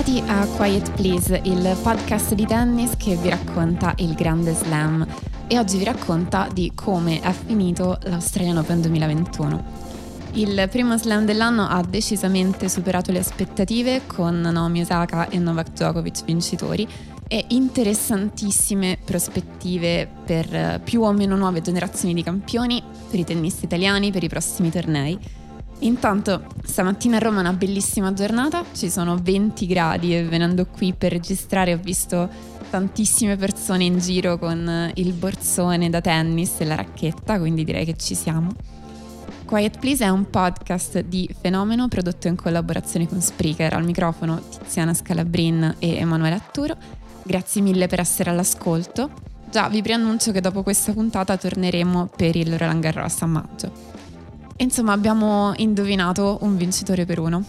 Bentrovati a Quiet Please, il podcast di tennis che vi racconta il Grande Slam e oggi vi racconta di come è finito l'Australian Open 2021. Il primo slam dell'anno ha decisamente superato le aspettative con Naomi Osaka e Novak Djokovic vincitori e interessantissime prospettive per più o meno nuove generazioni di campioni, per i tennisti italiani, per i prossimi tornei. Intanto stamattina a Roma è una bellissima giornata, ci sono 20 gradi e venendo qui per registrare ho visto tantissime persone in giro con il borsone da tennis e la racchetta, quindi direi che ci siamo. Quiet Please è un podcast di Fenomeno prodotto in collaborazione con Spreaker. Al microfono Tiziana Scalabrin e Emanuele Atturo. Grazie mille per essere all'ascolto. Già vi preannuncio che dopo questa puntata torneremo per il Roland Garros a maggio. Insomma, abbiamo indovinato un vincitore per uno.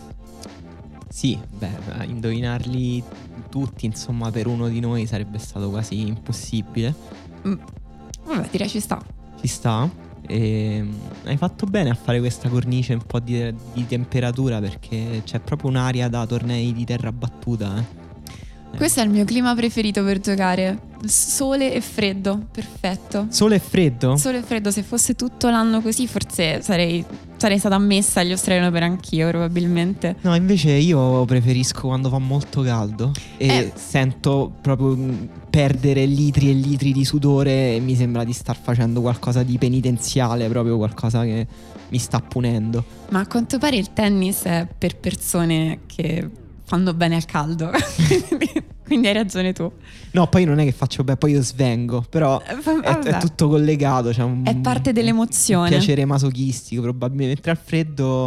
Sì, indovinarli tutti, insomma, per uno di noi sarebbe stato quasi impossibile. Vabbè, direi ci sta. Ci sta. E hai fatto bene a fare questa cornice un po' di temperatura, perché c'è proprio un'aria da tornei di terra battuta, Questo è il mio clima preferito per giocare. Sole e freddo, perfetto. Sole e freddo? Sole e freddo, se fosse tutto l'anno così forse sarei stata ammessa agli Australian Open anch'io probabilmente. No, invece io preferisco quando fa molto caldo e sento proprio perdere litri e litri di sudore e mi sembra di star facendo qualcosa di penitenziale, proprio qualcosa che mi sta punendo. Ma a quanto pare il tennis è per persone che fanno bene al caldo. Quindi hai ragione tu. No, poi non è che faccio poi io svengo, però è tutto collegato, è parte dell'emozione. Un piacere masochistico probabilmente. Al freddo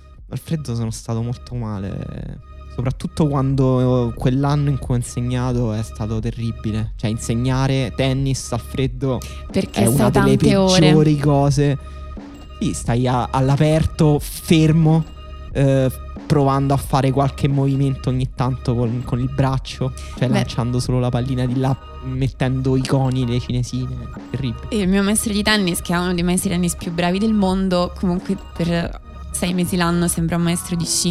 sono stato molto male, soprattutto quando quell'anno in cui ho insegnato è stato terribile. Cioè insegnare tennis al freddo perché è una delle peggiori cose. Sì, stai all'aperto, fermo, provando a fare qualche movimento ogni tanto con il braccio, cioè lanciando solo la pallina di là, mettendo i coni, le cinesine. Terribile. E il mio maestro di tennis, che è uno dei maestri di tennis più bravi del mondo, comunque per 6 mesi l'anno sembra un maestro di sci.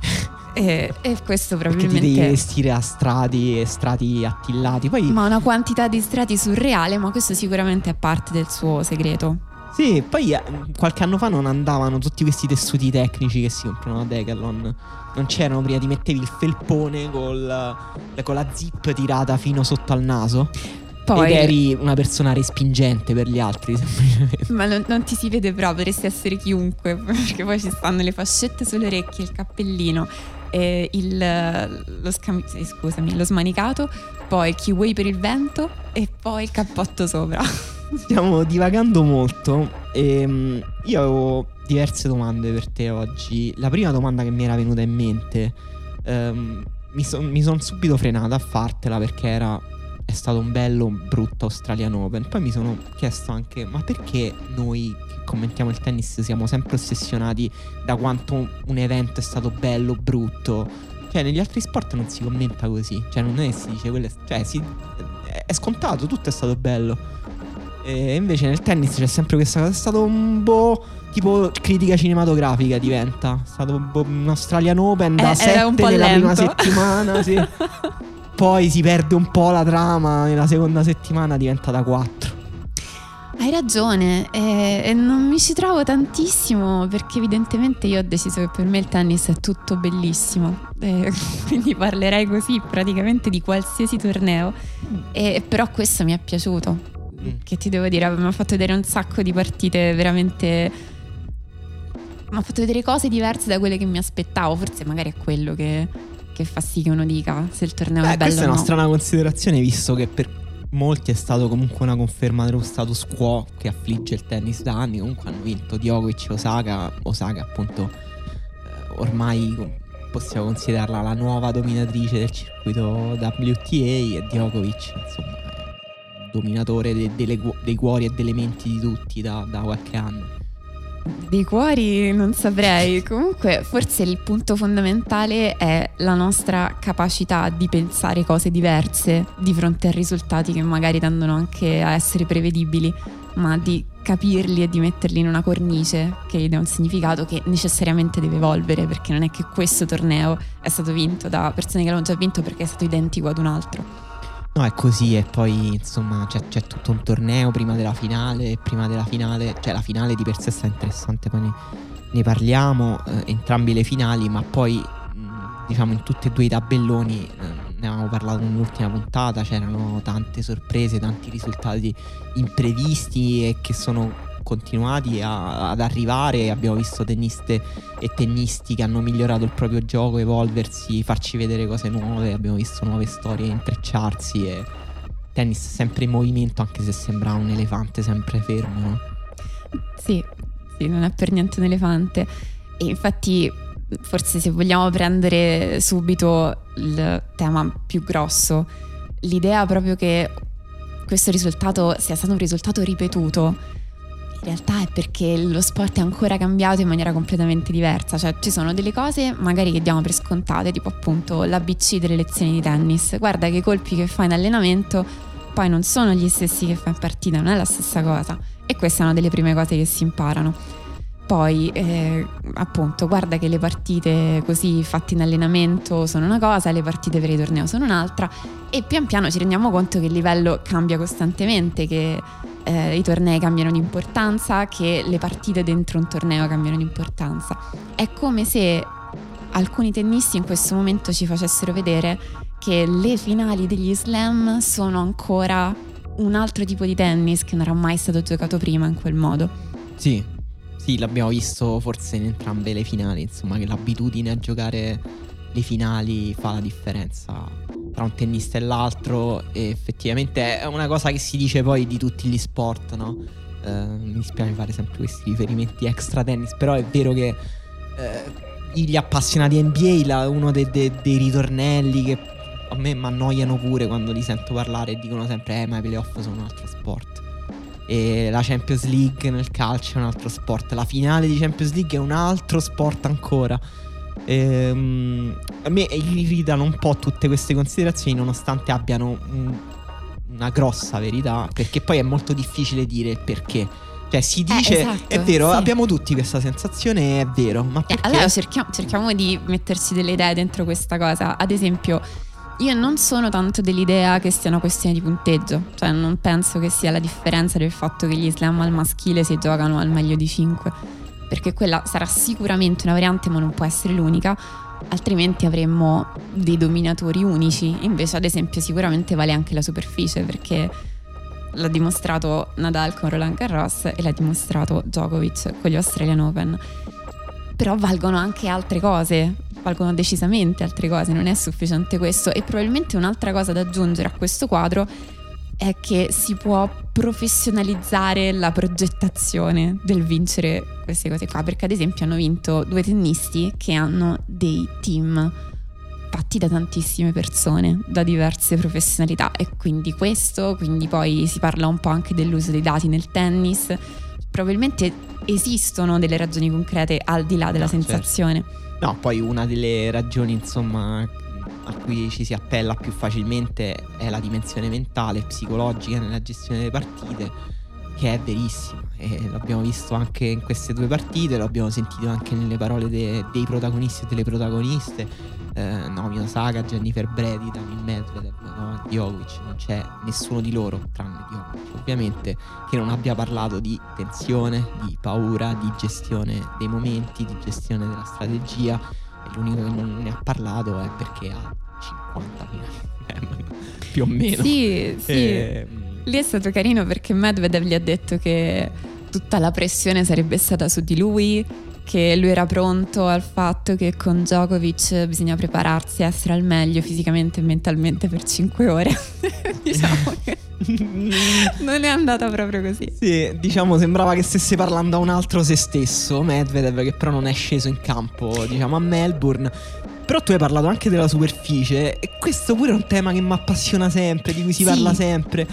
E questo probabilmente perché ti devi vestire a strati e strati attillati. Poi ma una quantità di strati surreale, ma questo sicuramente è parte del suo segreto. Sì, poi qualche anno fa non andavano tutti questi tessuti tecnici che si comprano a Decathlon. Non c'erano prima, ti mettevi il felpone con la zip tirata fino sotto al naso. Poi, ed eri una persona respingente per gli altri, semplicemente. Ma non ti si vede proprio, potresti essere chiunque, perché poi ci stanno le fascette sulle orecchie, il cappellino, lo smanicato, poi il kiwi per il vento e poi il cappotto sopra. Stiamo divagando molto e io avevo diverse domande per te oggi. La prima domanda che mi era venuta in mente, mi sono subito frenata a fartela perché è stato un bello brutto Australian Open. Poi mi sono chiesto anche, ma perché noi che commentiamo il tennis siamo sempre ossessionati da quanto un evento è stato bello, brutto? Cioè negli altri sport non si commenta così. Cioè non è che si dice è scontato, tutto è stato bello. E invece nel tennis c'è sempre questa cosa. È stato tipo critica cinematografica diventa. È stato un Australian Open da 7 nella prima settimana, sì. Poi si perde un po' la trama, nella seconda settimana diventa da 4. Hai ragione, e non mi ci trovo tantissimo perché evidentemente io ho deciso che per me il tennis è tutto bellissimo, quindi parlerei così praticamente di qualsiasi torneo, però questo mi è piaciuto. Che ti devo dire, mi ha fatto vedere un sacco di partite veramente, mi ha fatto vedere cose diverse da quelle che mi aspettavo. Forse magari è quello che fa sì che uno dica se il torneo è bello o no. Questa è una strana considerazione, visto che per molti è stato comunque una conferma dello status quo che affligge il tennis da anni. Comunque hanno vinto Djokovic e Osaka appunto ormai possiamo considerarla la nuova dominatrice del circuito WTA, e Djokovic insomma dominatore dei cuori e delle menti di tutti da qualche anno. Dei cuori non saprei. Comunque forse il punto fondamentale è la nostra capacità di pensare cose diverse di fronte a risultati che magari tendono anche a essere prevedibili, ma di capirli e di metterli in una cornice che gli dà un significato che necessariamente deve evolvere, perché non è che questo torneo è stato vinto da persone che l'hanno già vinto perché è stato identico ad un altro. No, è così, e poi insomma c'è tutto un torneo prima della finale, e prima della finale, cioè la finale di per sé sta interessante, poi ne parliamo, entrambe le finali, ma poi diciamo in tutti e due i tabelloni, ne avevamo parlato nell'ultima puntata, c'erano tante sorprese, tanti risultati imprevisti e che sono continuati ad arrivare. Abbiamo visto tenniste e tennisti che hanno migliorato il proprio gioco, evolversi, farci vedere cose nuove, abbiamo visto nuove storie intrecciarsi, e tennis sempre in movimento, anche se sembra un elefante sempre fermo, no? Sì, non è per niente un elefante. E infatti forse, se vogliamo prendere subito il tema più grosso, l'idea proprio che questo risultato sia stato un risultato ripetuto, in realtà è perché lo sport è ancora cambiato in maniera completamente diversa. Cioè ci sono delle cose magari che diamo per scontate, tipo appunto l'ABC delle lezioni di tennis. Guarda che i colpi che fai in allenamento poi non sono gli stessi che fai in partita, non è la stessa cosa, e queste sono delle prime cose che si imparano. Poi appunto guarda che le partite così fatte in allenamento sono una cosa, le partite per il torneo sono un'altra, e pian piano ci rendiamo conto che il livello cambia costantemente, che i tornei cambiano di importanza, che le partite dentro un torneo cambiano di importanza. È come se alcuni tennisti in questo momento ci facessero vedere che le finali degli slam sono ancora un altro tipo di tennis che non era mai stato giocato prima in quel modo. Sì, l'abbiamo visto forse in entrambe le finali, insomma, che l'abitudine a giocare le finali fa la differenza tra un tennista e l'altro, e effettivamente è una cosa che si dice poi di tutti gli sport, no? Mi dispiace fare sempre questi riferimenti extra tennis, però è vero che gli appassionati NBA, uno dei ritornelli che a me mi annoiano pure quando li sento parlare e dicono sempre ma i playoff sono un altro sport. E la Champions League nel calcio è un altro sport, la finale di Champions League è un altro sport ancora. A me irritano un po' tutte queste considerazioni, nonostante abbiano una grossa verità, perché poi è molto difficile dire il perché. Cioè si dice, esatto, è vero, sì. Abbiamo tutti questa sensazione, è vero, ma perché? Allora cerchiamo di metterci delle idee dentro questa cosa. Ad esempio, io non sono tanto dell'idea che sia una questione di punteggio, cioè non penso che sia la differenza del fatto che gli slam al maschile si giocano al meglio di 5, perché quella sarà sicuramente una variante, ma non può essere l'unica, altrimenti avremmo dei dominatori unici. Invece ad esempio sicuramente vale anche la superficie, perché l'ha dimostrato Nadal con Roland Garros e l'ha dimostrato Djokovic con gli Australian Open. Però valgono anche altre cose, valgono decisamente altre cose, non è sufficiente questo. E probabilmente un'altra cosa da aggiungere a questo quadro è che si può professionalizzare la progettazione del vincere queste cose qua, perché ad esempio hanno vinto 2 tennisti che hanno dei team fatti da tantissime persone, da diverse professionalità, e quindi poi si parla un po' anche dell'uso dei dati nel tennis. Probabilmente esistono delle ragioni concrete al di là della sensazione. Certo. No, poi una delle ragioni, insomma, a cui ci si appella più facilmente è la dimensione mentale, psicologica nella gestione delle partite, che è verissima, e l'abbiamo visto anche in queste 2 partite, lo abbiamo sentito anche nelle parole dei protagonisti e delle protagoniste. Naomi Osaka, Jennifer Brady, Daniil Medvedev, Novak Djokovic, non c'è nessuno di loro, tranne Djokovic ovviamente, che non abbia parlato di tensione, di paura, di gestione dei momenti, di gestione della strategia, e l'unico che non ne ha parlato è perché ha 50 finali più o meno. Sì. Lì è stato carino perché Medvedev gli ha detto che tutta la pressione sarebbe stata su di lui, che lui era pronto al fatto che con Djokovic bisogna prepararsi a essere al meglio fisicamente e mentalmente per 5 ore. Diciamo che non è andata proprio così. Sì, diciamo sembrava che stesse parlando a un altro se stesso, Medvedev, che però non è sceso in campo, diciamo, a Melbourne. Però tu hai parlato anche della superficie, e questo pure è un tema che mi appassiona sempre, di cui si parla sempre.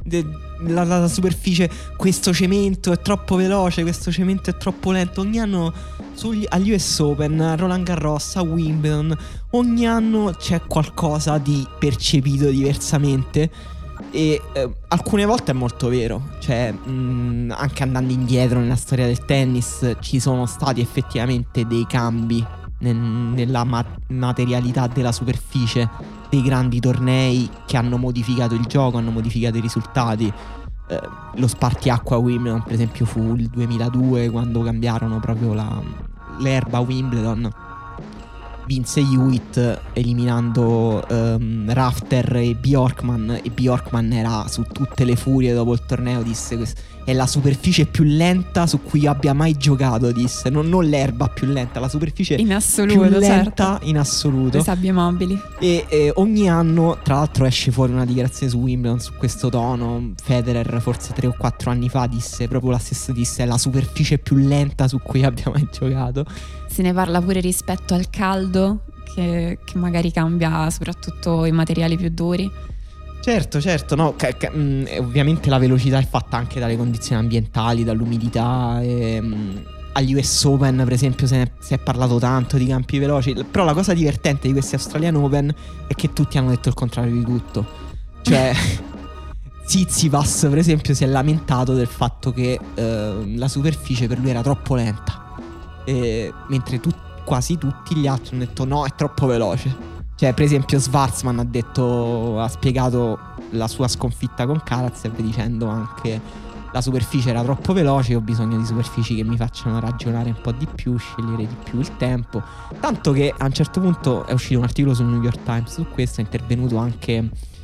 La superficie, questo cemento è troppo veloce, questo cemento è troppo lento. Ogni anno agli US Open, a Roland Garros, a Wimbledon, ogni anno c'è qualcosa di percepito diversamente. E alcune volte è molto vero, cioè anche andando indietro nella storia del tennis ci sono stati effettivamente dei cambi nella materialità della superficie dei grandi tornei che hanno modificato il gioco, hanno modificato i risultati. Lo spartiacque a Wimbledon per esempio fu il 2002, quando cambiarono proprio l'erba a Wimbledon. Vinse Hewitt eliminando Rafter e Bjorkman, e Bjorkman era su tutte le furie dopo il torneo, disse è la superficie più lenta su cui abbia mai giocato, disse, non l'erba più lenta, la superficie in assoluto, più lenta, certo, in assoluto, le sabbie mobili. e ogni anno tra l'altro esce fuori una dichiarazione su Wimbledon su questo tono. Federer forse 3 o 4 anni fa disse proprio la stessa, disse è la superficie più lenta su cui abbia mai giocato. Se ne parla pure rispetto al caldo, che magari cambia soprattutto i materiali più duri. Certo, no, ovviamente la velocità è fatta anche dalle condizioni ambientali, dall'umidità. Agli US Open per esempio si è parlato tanto di campi veloci, però la cosa divertente di questi Australian Open è che tutti hanno detto il contrario di tutto. Cioè Tsitsipas per esempio si è lamentato del fatto che la superficie per lui era troppo lenta, mentre quasi tutti gli altri hanno detto no, è troppo veloce. Cioè per esempio Schwartzman ha spiegato la sua sconfitta con Karatsev dicendo anche la superficie era troppo veloce, ho bisogno di superfici che mi facciano ragionare un po' di più, scegliere di più il tempo. Tanto che a un certo punto è uscito un articolo sul New York Times su questo, è intervenuto anche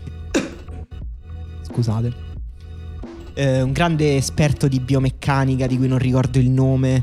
scusate un grande esperto di biomeccanica di cui non ricordo il nome,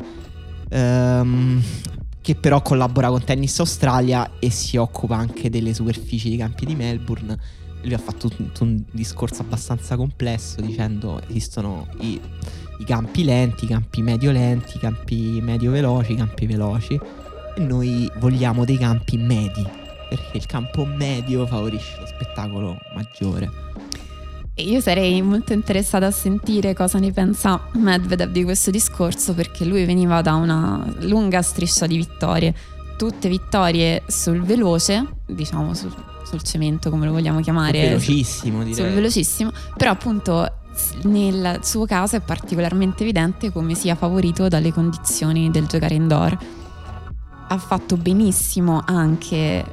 che però collabora con Tennis Australia e si occupa anche delle superfici dei campi di Melbourne. Lui ha fatto un discorso abbastanza complesso dicendo esistono i campi lenti, i campi medio lenti, i campi medio veloci, i campi veloci, e noi vogliamo dei campi medi perché il campo medio favorisce lo spettacolo maggiore. E io sarei molto interessata a sentire cosa ne pensa Medvedev di questo discorso, perché lui veniva da una lunga striscia di vittorie, tutte vittorie sul veloce, diciamo sul cemento come lo vogliamo chiamare, velocissimo direi. Sul velocissimo, però appunto nel suo caso è particolarmente evidente come sia favorito dalle condizioni del giocare indoor. Ha fatto benissimo anche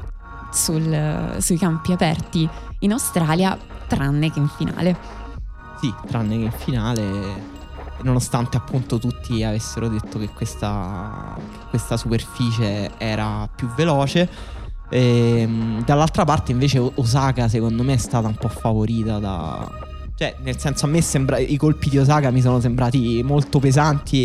sui campi aperti in Australia, tranne che in finale. Sì, tranne che in finale, nonostante appunto tutti avessero detto che questa superficie era più veloce. Dall'altra parte invece Osaka secondo me è stata un po' favorita cioè nel senso, a me i colpi di Osaka mi sono sembrati molto pesanti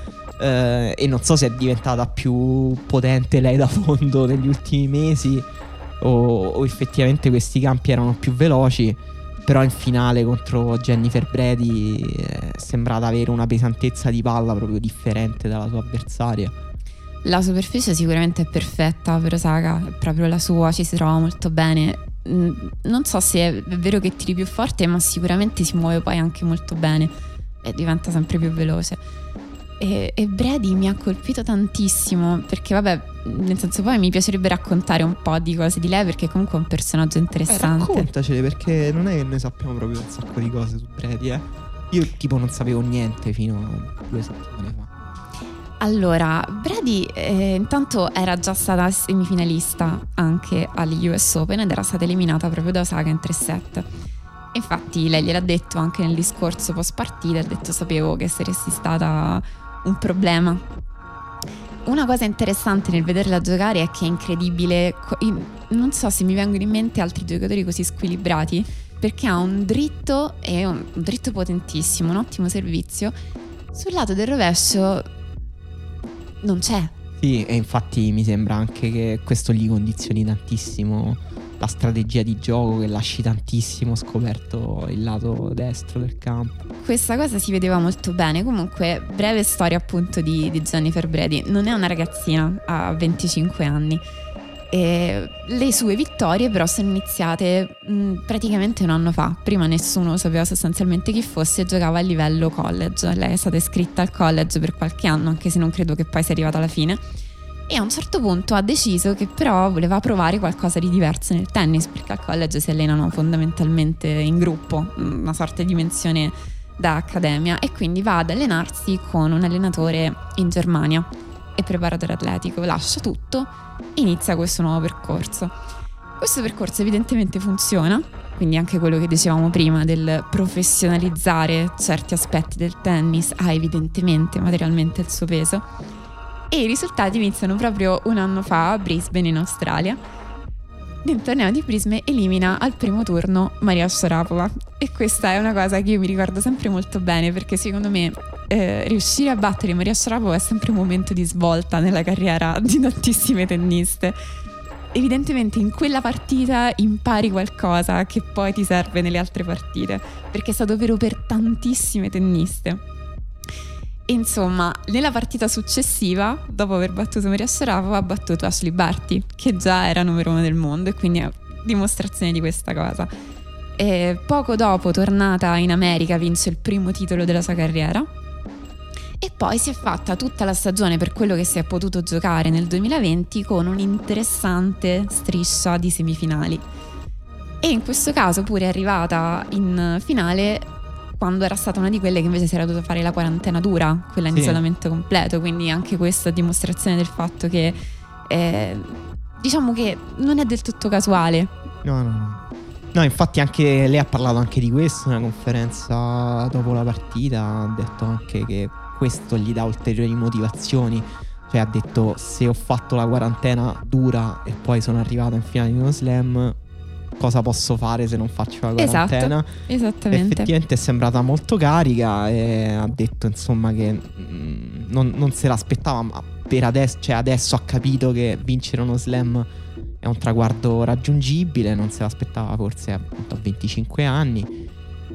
e non so se è diventata più potente lei da fondo negli ultimi mesi o effettivamente questi campi erano più veloci. Però in finale contro Jennifer Brady è sembrata avere una pesantezza di palla proprio differente dalla sua avversaria. La superficie sicuramente è perfetta per Osaka, è proprio la sua, ci si trova molto bene. Non so se è vero che tiri più forte, ma sicuramente si muove poi anche molto bene e diventa sempre più veloce. E Brady mi ha colpito tantissimo, perché vabbè, nel senso, poi mi piacerebbe raccontare un po' di cose di lei, perché comunque è un personaggio interessante. Raccontacele, perché non è che noi sappiamo proprio un sacco di cose su Brady, Io tipo non sapevo niente fino a 2 settimane fa. Allora, Brady intanto era già stata semifinalista anche agli US Open ed era stata eliminata proprio da Osaka in 3 set. Infatti lei gliel'ha detto anche nel discorso post partita, ha detto sapevo che saresti stata un problema. Una cosa interessante nel vederla giocare è che è incredibile, non so se mi vengono in mente altri giocatori così squilibrati, perché ha un dritto potentissimo, un ottimo servizio. Sul lato del rovescio non c'è. Sì, e infatti mi sembra anche che questo gli condizioni tantissimo la strategia di gioco, che lasci tantissimo scoperto il lato destro del campo. Questa cosa si vedeva molto bene. Comunque, breve storia appunto di Jennifer Brady. Non è una ragazzina, ha 25 anni. E le sue vittorie però sono iniziate praticamente un anno fa. Prima nessuno sapeva sostanzialmente chi fosse, giocava a livello college. Lei è stata iscritta al college per qualche anno, anche se non credo che poi sia arrivata alla fine. e a un certo punto ha deciso che però voleva provare qualcosa di diverso nel tennis, perché al college si allenano fondamentalmente in gruppo, una sorta di dimensione da accademia, e quindi va ad allenarsi con un allenatore in Germania e preparatore atletico, lascia tutto e inizia questo nuovo percorso. Questo percorso evidentemente funziona, quindi anche quello che dicevamo prima del professionalizzare certi aspetti del tennis ha evidentemente materialmente il suo peso, e i risultati iniziano proprio un anno fa a Brisbane in Australia. Nel torneo di Brisbane elimina al primo turno Maria Sharapova, e questa è una cosa che io mi ricordo sempre molto bene, perché secondo me riuscire a battere Maria Sharapova è sempre un momento di svolta nella carriera di tantissime tenniste. Evidentemente in quella partita impari qualcosa che poi ti serve nelle altre partite, perché è stato vero per tantissime tenniste. Insomma, nella partita successiva, dopo aver battuto Maria Sharapova, ha battuto Ashley Barty, che già era numero 1 del mondo, e quindi è dimostrazione di questa cosa. E poco dopo, tornata in America, vince il primo titolo della sua carriera, e poi si è fatta tutta la stagione, per quello che si è potuto giocare nel 2020, con un'interessante striscia di semifinali. E in questo caso pure è arrivata in finale quando era stata una di quelle che invece si era dovuta fare la quarantena dura, quella in isolamento completo, quindi anche questa è dimostrazione del fatto che diciamo che non è del tutto casuale. No, infatti anche lei ha parlato anche di questo nella conferenza dopo la partita, ha detto anche che questo gli dà ulteriori motivazioni, cioè ha detto: se ho fatto la quarantena dura e poi sono arrivato in finale di uno slam, cosa posso fare se non faccio la quarantena? Esatto, esattamente. Effettivamente è sembrata molto carica e ha detto insomma che non se l'aspettava, ma per adesso, cioè adesso ha capito che vincere uno slam è un traguardo raggiungibile, non se l'aspettava forse appunto a 25 anni.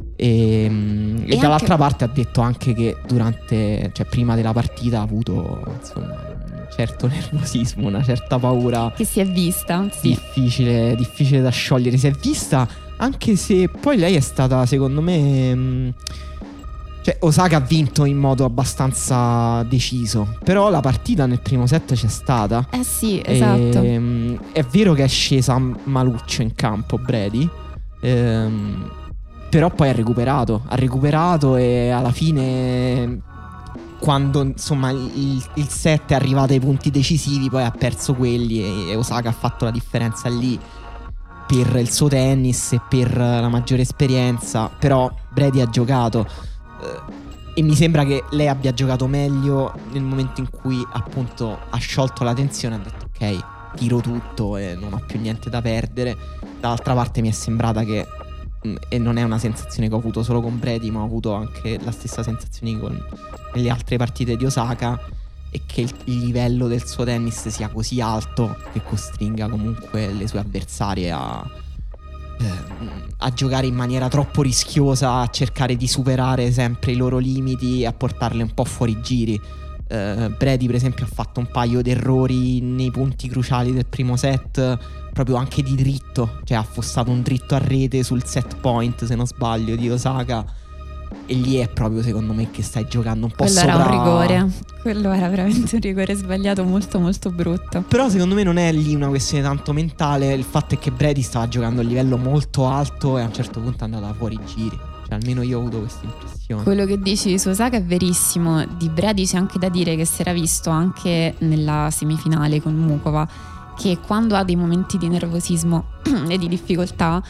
E dall'altra parte ha detto anche che cioè prima della partita ha avuto insomma un certo nervosismo, una certa paura che si è vista, sì. difficile da sciogliere, si è vista, anche se poi lei è stata, secondo me, cioè Osaka ha vinto in modo abbastanza deciso, però la partita nel primo set c'è stata. Sì, esatto. È vero che è scesa maluccio in campo Brady, però poi ha recuperato e alla fine, quando insomma il set è arrivato ai punti decisivi, poi ha perso quelli e Osaka ha fatto la differenza lì per il suo tennis e per la maggiore esperienza. Però Brady ha giocato e mi sembra che lei abbia giocato meglio nel momento in cui appunto ha sciolto la tensione, ha detto ok, tiro tutto e non ho più niente da perdere. Dall'altra parte mi è sembrata che, e non è una sensazione che ho avuto solo con Brady, ma ho avuto anche la stessa sensazione nelle altre partite di Osaka, e che il livello del suo tennis sia così alto che costringa comunque le sue avversarie a giocare in maniera troppo rischiosa, a cercare di superare sempre i loro limiti e a portarle un po' fuori giri. Brady per esempio ha fatto un paio di errori nei punti cruciali del primo set, proprio anche di dritto, cioè ha affossato un dritto a rete sul set point, se non sbaglio, di Osaka, e lì è proprio, secondo me, che stai giocando un po' quello sopra. Era un rigore, quello era veramente un rigore sbagliato, molto molto brutto. Però secondo me non è lì una questione tanto mentale, il fatto è che Brady stava giocando a livello molto alto e a un certo punto è andata fuori giri, cioè almeno io ho avuto questa impressione. Quello che dici su Osaka è verissimo. Di Brady c'è anche da dire che si era visto anche nella semifinale con Mukova, che quando ha dei momenti di nervosismo e di difficoltà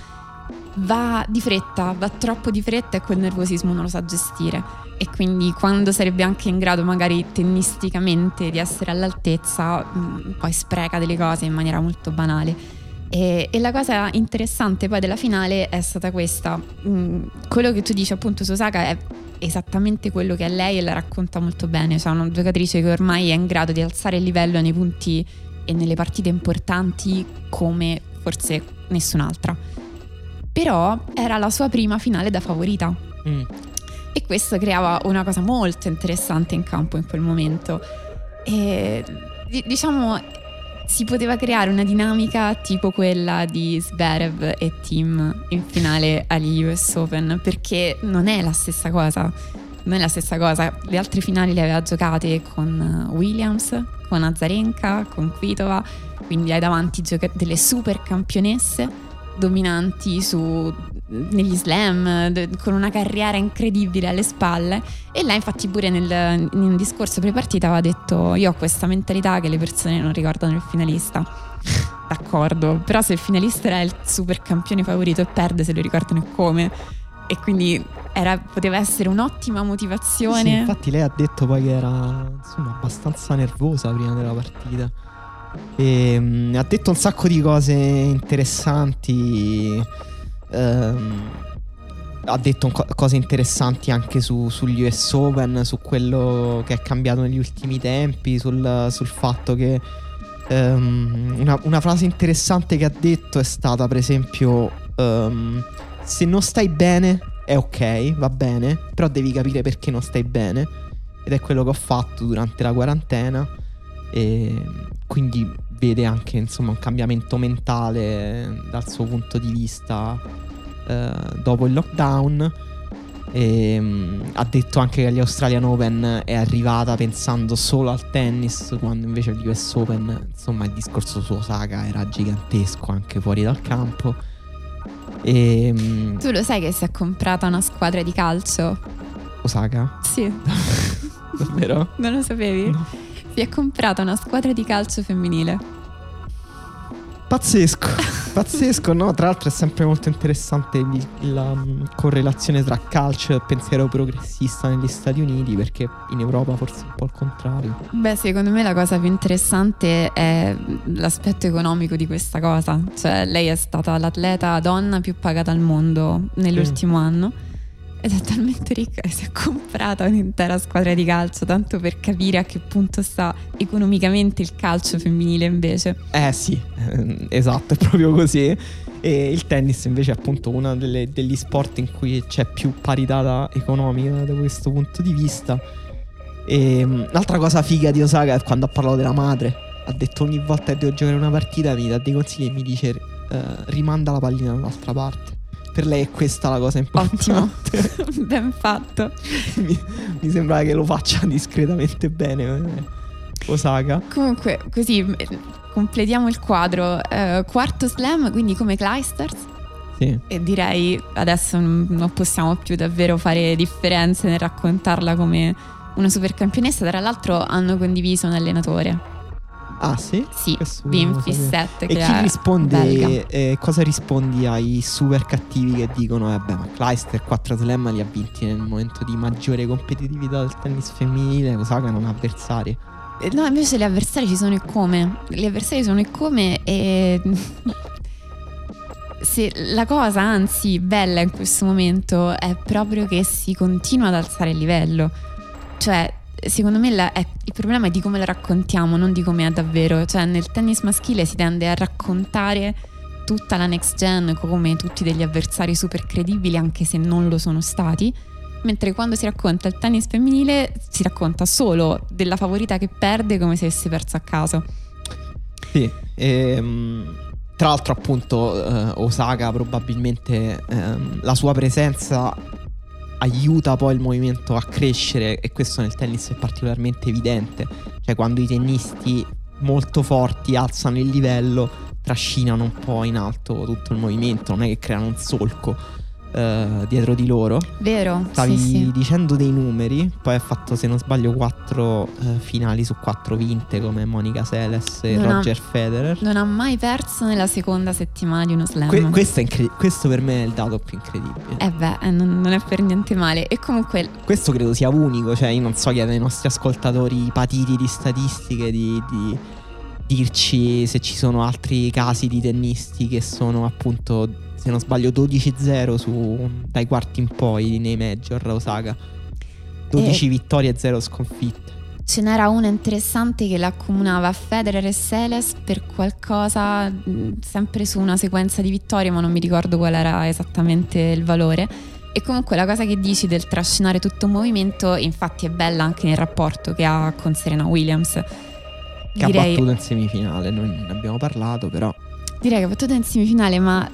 va di fretta, va troppo di fretta, e quel nervosismo non lo sa gestire, e quindi quando sarebbe anche in grado magari tennisticamente di essere all'altezza, poi spreca delle cose in maniera molto banale. E la cosa interessante poi della finale è stata questa: quello che tu dici appunto su Osaka è esattamente quello che è lei, e la racconta molto bene, cioè una giocatrice che ormai è in grado di alzare il livello nei punti e nelle partite importanti come forse nessun'altra. Però era la sua prima finale da favorita, e questo creava una cosa molto interessante in campo in quel momento, e diciamo si poteva creare una dinamica tipo quella di Zverev e Thiem in finale agli US Open, perché non è la stessa cosa, non è la stessa cosa. Le altre finali le aveva giocate con Williams, con Azarenka, con Kvitova, quindi hai davanti delle super campionesse dominanti negli slam, con una carriera incredibile alle spalle. E lei infatti pure in un discorso pre-partita aveva detto: io ho questa mentalità che le persone non ricordano il finalista. D'accordo, però se il finalista era il super campione favorito e perde, se lo ricordano e come. E quindi poteva essere un'ottima motivazione. Sì, infatti lei ha detto poi che era abbastanza nervosa prima della partita. E ha detto un sacco di cose interessanti. Ha detto cose interessanti anche sugli US Open, su quello che è cambiato negli ultimi tempi, sul fatto che una frase interessante che ha detto è stata, per esempio, se non stai bene è ok, va bene, però devi capire perché non stai bene, ed è quello che ho fatto durante la quarantena. E quindi vede anche un cambiamento mentale dal suo punto di vista dopo il lockdown. E ha detto anche che agli Australian Open è arrivata pensando solo al tennis, quando invece agli US Open il discorso su Osaka era gigantesco anche fuori dal campo. Tu lo sai che si è comprata una squadra di calcio? Osaka? Sì. Davvero? Non lo sapevi? No. Si è comprata una squadra di calcio femminile. Pazzesco, no? Tra l'altro è sempre molto interessante la correlazione tra calcio e pensiero progressista negli Stati Uniti, perché in Europa forse è un po' il contrario. Beh, secondo me la cosa più interessante è l'aspetto economico di questa cosa. Cioè, lei è stata l'atleta donna più pagata al mondo nell'ultimo anno, ed è talmente ricca che si è comprata un'intera squadra di calcio, tanto per capire a che punto sta economicamente il calcio femminile invece. Sì, esatto, è proprio così. E il tennis invece è appunto uno degli sport in cui c'è più parità economica da questo punto di vista. E l'altra cosa figa di Osaka è quando ha parlato della madre. Ha detto: ogni volta che devo giocare una partita mi dà dei consigli e mi dice rimanda la pallina dall'altra parte. Per lei è questa la cosa importante. Ottimo. Ben fatto. mi sembra che lo faccia discretamente bene Osaka. Comunque, così completiamo il quadro. Quarto slam, quindi come Clijsters. Sì. E direi adesso non possiamo più davvero fare differenze nel raccontarla come una super campionessa. Tra l'altro hanno condiviso un allenatore. Ah sì? Sì, Wim Fissette. E chi risponde? Cosa rispondi ai super cattivi che dicono ma Clijsters 4 slam li ha vinti nel momento di maggiore competitività del tennis femminile, Osaka non ha avversari? No, invece gli avversari ci sono e come. Gli avversari sono e come. E la cosa anzi bella in questo momento è proprio che si continua ad alzare il livello. Cioè, secondo me il problema è di come la raccontiamo, non di come è davvero. Cioè, nel tennis maschile si tende a raccontare tutta la next gen come tutti degli avversari super credibili, anche se non lo sono stati, mentre quando si racconta il tennis femminile si racconta solo della favorita che perde come se avesse perso a caso. Sì, tra l'altro appunto Osaka probabilmente la sua presenza aiuta poi il movimento a crescere, e questo nel tennis è particolarmente evidente. Cioè, quando i tennisti molto forti alzano il livello, trascinano un po' in alto tutto il movimento, non è che creano un solco dietro di loro. Vero? Stavi sì. dicendo dei numeri, poi ha fatto, se non sbaglio, 4 finali su 4 vinte come Monica Seles e Roger Federer. Non ha mai perso nella seconda settimana di uno slam. Questo per me è il dato più incredibile. Non è per niente male. E comunque questo credo sia unico. Cioè, io non so, chiedo ai nostri ascoltatori patiti di statistiche di dirci se ci sono altri casi di tennisti che sono appunto, se non sbaglio, 12-0 dai quarti in poi nei major. Osaka 12 vittorie e 0 sconfitte. Ce n'era una interessante che la accomunava a Federer e Seles per qualcosa, sempre su una sequenza di vittorie, ma non mi ricordo qual era esattamente il valore. E comunque la cosa che dici del trascinare tutto un movimento infatti è bella anche nel rapporto che ha con Serena Williams, che ha battuto in semifinale. Noi ne abbiamo parlato, però direi che ha battuto in semifinale, ma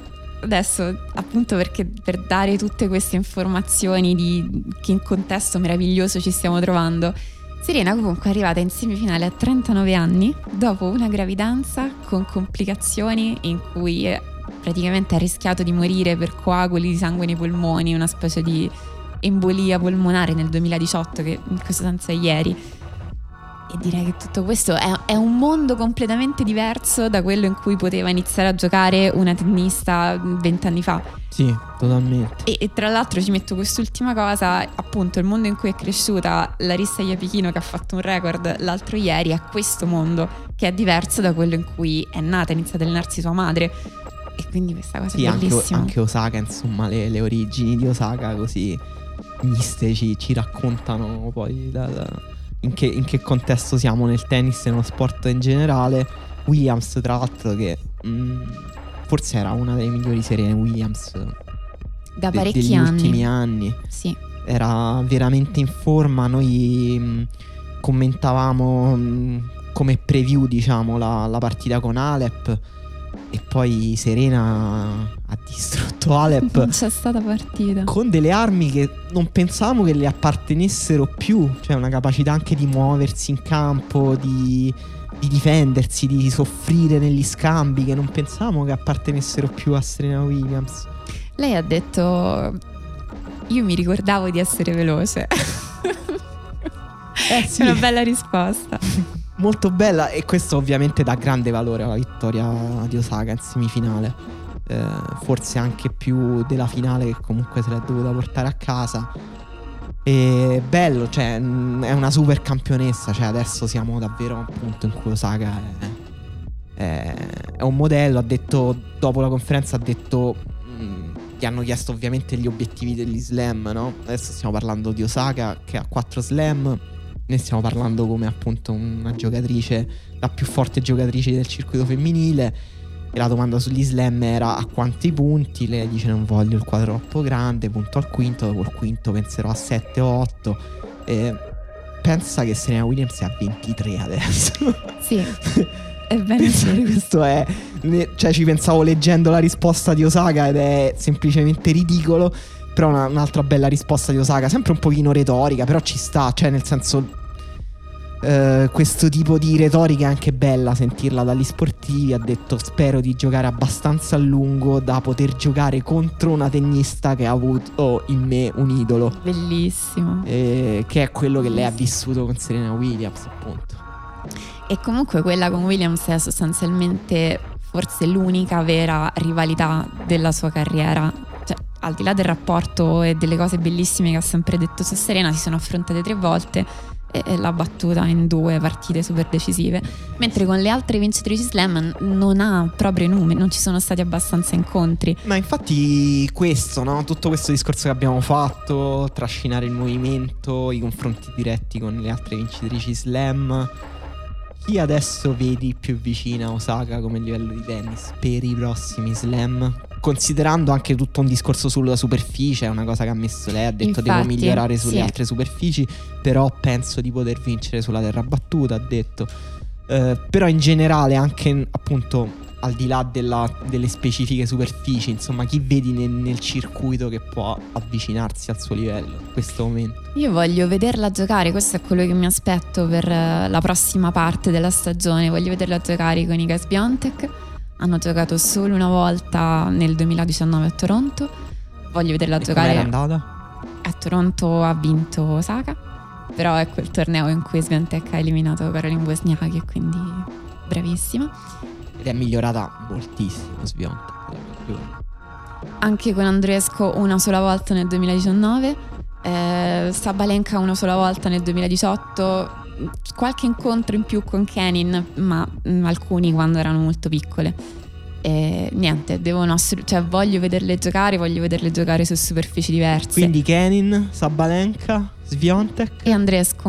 adesso, appunto, perché per dare tutte queste informazioni di che in contesto meraviglioso ci stiamo trovando, Serena comunque è arrivata in semifinale a 39 anni dopo una gravidanza con complicazioni in cui praticamente ha rischiato di morire per coaguli di sangue nei polmoni, una specie di embolia polmonare nel 2018, che in questo senso è ieri. E direi che tutto questo è un mondo completamente diverso da quello in cui poteva iniziare a giocare una tennista 20 anni fa. Sì, totalmente. E tra l'altro ci metto quest'ultima cosa, appunto il mondo in cui è cresciuta Larissa Iapichino, che ha fatto un record l'altro ieri, è questo mondo che è diverso da quello in cui è nata, ha iniziato ad allenarsi sua madre. E quindi questa cosa è bellissima. Anche Osaka, insomma, le origini di Osaka così miste ci raccontano poi in che contesto siamo nel tennis e nello sport in generale. Williams, tra l'altro, che forse era una delle migliori Serene Williams da parecchi degli ultimi anni. Sì. Era veramente in forma. Noi commentavamo come preview, diciamo, la partita con Alep, e poi Serena ha distrutto Alep. Non c'è stata partita. Con delle armi che non pensavamo che le appartenessero più. Cioè una capacità anche di muoversi in campo, di difendersi, di soffrire negli scambi, che non pensavamo che appartenessero più a Serena Williams. Lei ha detto: io mi ricordavo di essere veloce. Sì. È una bella risposta. Molto bella, e questo ovviamente dà grande valore alla vittoria di Osaka in semifinale, forse anche più della finale, che comunque se l'è dovuta portare a casa. E bello, cioè è una super campionessa, cioè adesso siamo davvero a un punto in cui Osaka è un modello. Ha detto, dopo la conferenza, ha detto, gli hanno chiesto ovviamente gli obiettivi degli slam, no? Adesso stiamo parlando di Osaka che ha 4 slam. Noi stiamo parlando come appunto una giocatrice, la più forte giocatrice del circuito femminile. E la domanda sugli slam era a quanti punti. Lei dice: non voglio il quadro troppo grande, punto al quinto, dopo il quinto penserò a 7 o 8. E pensa che Serena Williams è a 23 adesso. Sì, è bene. Questo è, cioè, ci pensavo leggendo la risposta di Osaka ed è semplicemente ridicolo. Però un'altra bella risposta di Osaka, sempre un pochino retorica, però ci sta, cioè nel senso, questo tipo di retorica è anche bella sentirla dagli sportivi. Ha detto: spero di giocare abbastanza a lungo da poter giocare contro una tennista che ha avuto in me un idolo. Bellissimo. Che è quello che lei ha vissuto con Serena Williams, appunto. E comunque quella con Williams è sostanzialmente forse l'unica vera rivalità della sua carriera. Cioè, al di là del rapporto e delle cose bellissime che ha sempre detto su Serena, si sono affrontate 3 volte e l'ha battuta in 2 partite super decisive, mentre con le altre vincitrici slam non ha proprio numeri, non ci sono stati abbastanza incontri. Ma infatti questo, no? Tutto questo discorso che abbiamo fatto, trascinare il movimento, i confronti diretti con le altre vincitrici slam, chi adesso vedi più vicina a Osaka come livello di tennis per i prossimi slam? Considerando anche tutto un discorso sulla superficie, è una cosa che ha messo lei, ha detto: infatti, devo migliorare sulle altre superfici, però penso di poter vincere sulla terra battuta, ha detto. Però in generale, anche appunto al di là delle specifiche superfici, insomma, chi vedi nel circuito che può avvicinarsi al suo livello in questo momento? Io voglio vederla giocare, questo è quello che mi aspetto per la prossima parte della stagione. Voglio vederla giocare con Iga Swiatek. Hanno giocato solo una volta nel 2019 a Toronto. Voglio vederla giocare. Com'è andata? A Toronto ha vinto Osaka, però è quel torneo in cui Swiatek ha eliminato Caroline Wozniacki, e quindi bravissima. Ed è migliorata moltissimo Swiatek. Anche con Andreescu una sola volta nel 2019, Sabalenka una sola volta nel 2018, qualche incontro in più con Kenin, ma alcuni quando erano molto piccole. Niente, voglio vederle giocare su superfici diverse. Quindi Kenin, Sabalenka, Swiatek e Andreescu.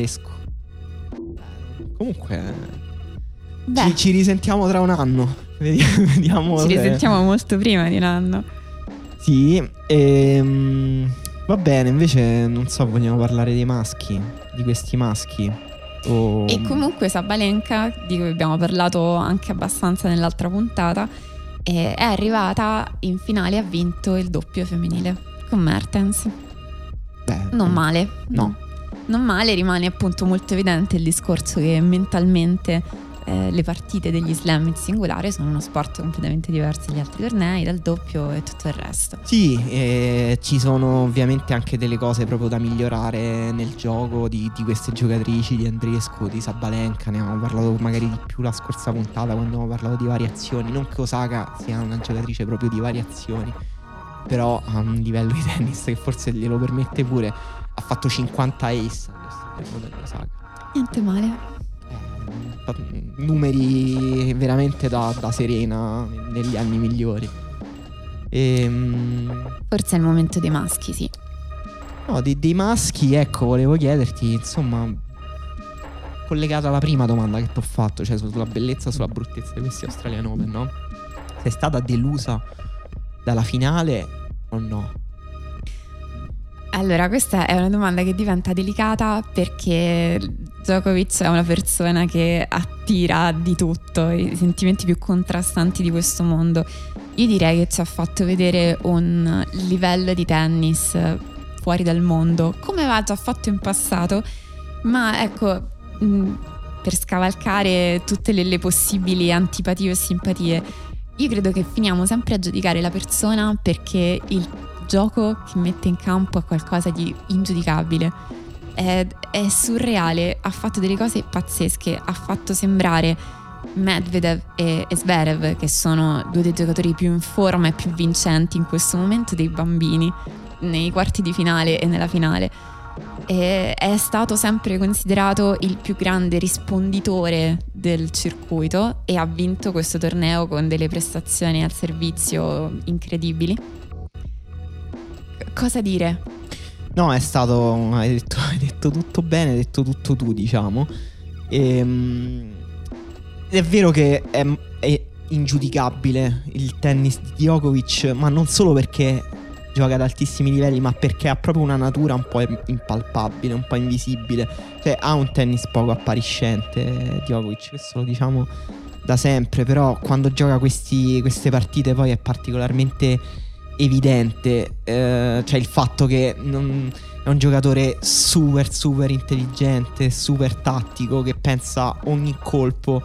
Comunque ci risentiamo tra un anno. Vediamo. Ci risentiamo molto prima di un anno. Sì. Va bene, invece non so, vogliamo parlare dei maschi, di questi maschi. E comunque Sabalenka, di cui abbiamo parlato anche abbastanza nell'altra puntata, e è arrivata in finale, ha vinto il doppio femminile con Mertens. Non male. No. Non male, rimane appunto molto evidente il discorso che mentalmente le partite degli slam in singolare sono uno sport completamente diverso dagli altri tornei, dal doppio e tutto il resto. Sì, ci sono ovviamente anche delle cose proprio da migliorare nel gioco di queste giocatrici, di Andreescu, di Sabalenka. Ne abbiamo parlato magari di più la scorsa puntata quando abbiamo parlato di variazioni. Non che Osaka sia una giocatrice proprio di variazioni, però ha un livello di tennis che forse glielo permette pure. Ha fatto 50 ace adesso per Osaka. Niente male. Numeri veramente da serena negli anni migliori. Forse è il momento dei maschi, sì. No, dei maschi, ecco, volevo chiederti, insomma, collegata alla prima domanda che ti ho fatto, cioè sulla bellezza, sulla bruttezza di questi Australian Open, no? Sei stata delusa dalla finale o no? Allora, questa è una domanda che diventa delicata perché Djokovic è una persona che attira di tutto, i sentimenti più contrastanti di questo mondo. Io direi che ci ha fatto vedere un livello di tennis fuori dal mondo, come aveva già fatto in passato, ma ecco, per scavalcare tutte le possibili antipatie o simpatie, io credo che finiamo sempre a giudicare la persona perché il gioco che mette in campo è qualcosa di ingiudicabile, è surreale, ha fatto delle cose pazzesche, ha fatto sembrare Medvedev e Zverev, che sono due dei giocatori più in forma e più vincenti in questo momento, dei bambini nei quarti di finale e nella finale. E è stato sempre considerato il più grande risponditore del circuito e ha vinto questo torneo con delle prestazioni al servizio incredibili. Cosa dire? No, è stato, hai detto tutto bene, hai detto tutto tu, diciamo. È vero che è ingiudicabile il tennis di Djokovic, ma non solo perché gioca ad altissimi livelli, ma perché ha proprio una natura un po' impalpabile, un po' invisibile. Cioè ha un tennis poco appariscente Djokovic, questo lo diciamo da sempre, però quando gioca queste partite poi è particolarmente evidente, cioè il fatto che è un giocatore super intelligente, super tattico, che pensa ogni colpo,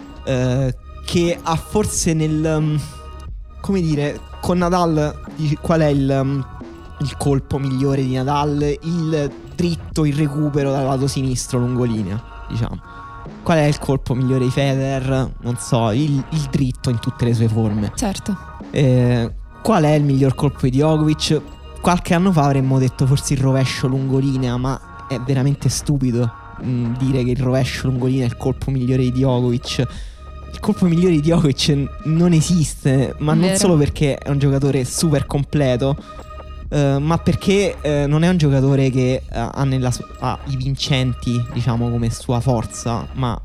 che ha forse come dire, con Nadal qual è il colpo migliore di Nadal? Il dritto, il recupero dal lato sinistro lungolinea, diciamo. Qual è il colpo migliore di Federer? Non so, il dritto in tutte le sue forme. Certo. Qual è il miglior colpo di Djokovic? Qualche anno fa avremmo detto forse il rovescio lungolinea, ma è veramente stupido dire che il rovescio lungolinea è il colpo migliore di Djokovic. Il colpo migliore di Djokovic non esiste, ma non solo perché è un giocatore super completo, ma perché non è un giocatore che ha i vincenti, diciamo, come sua forza, ma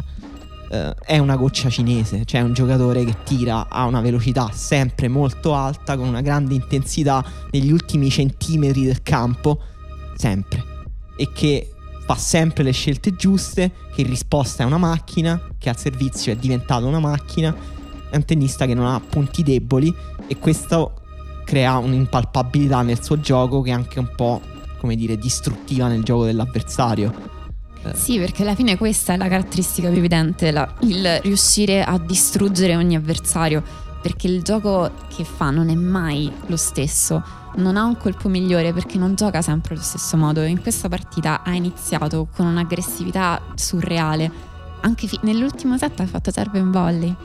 è una goccia cinese, cioè è un giocatore che tira a una velocità sempre molto alta, con una grande intensità negli ultimi centimetri del campo, sempre, e che fa sempre le scelte giuste, che in risposta è una macchina, che al servizio è diventata una macchina. È un tennista che non ha punti deboli, e questo crea un'impalpabilità nel suo gioco che è anche un po', come dire, distruttiva nel gioco dell'avversario. Sì, perché alla fine questa è la caratteristica più evidente, il riuscire a distruggere ogni avversario, perché il gioco che fa non è mai lo stesso, non ha un colpo migliore perché non gioca sempre allo stesso modo. In questa partita ha iniziato con un'aggressività surreale, anche nell'ultimo set ha fatto serve in volley.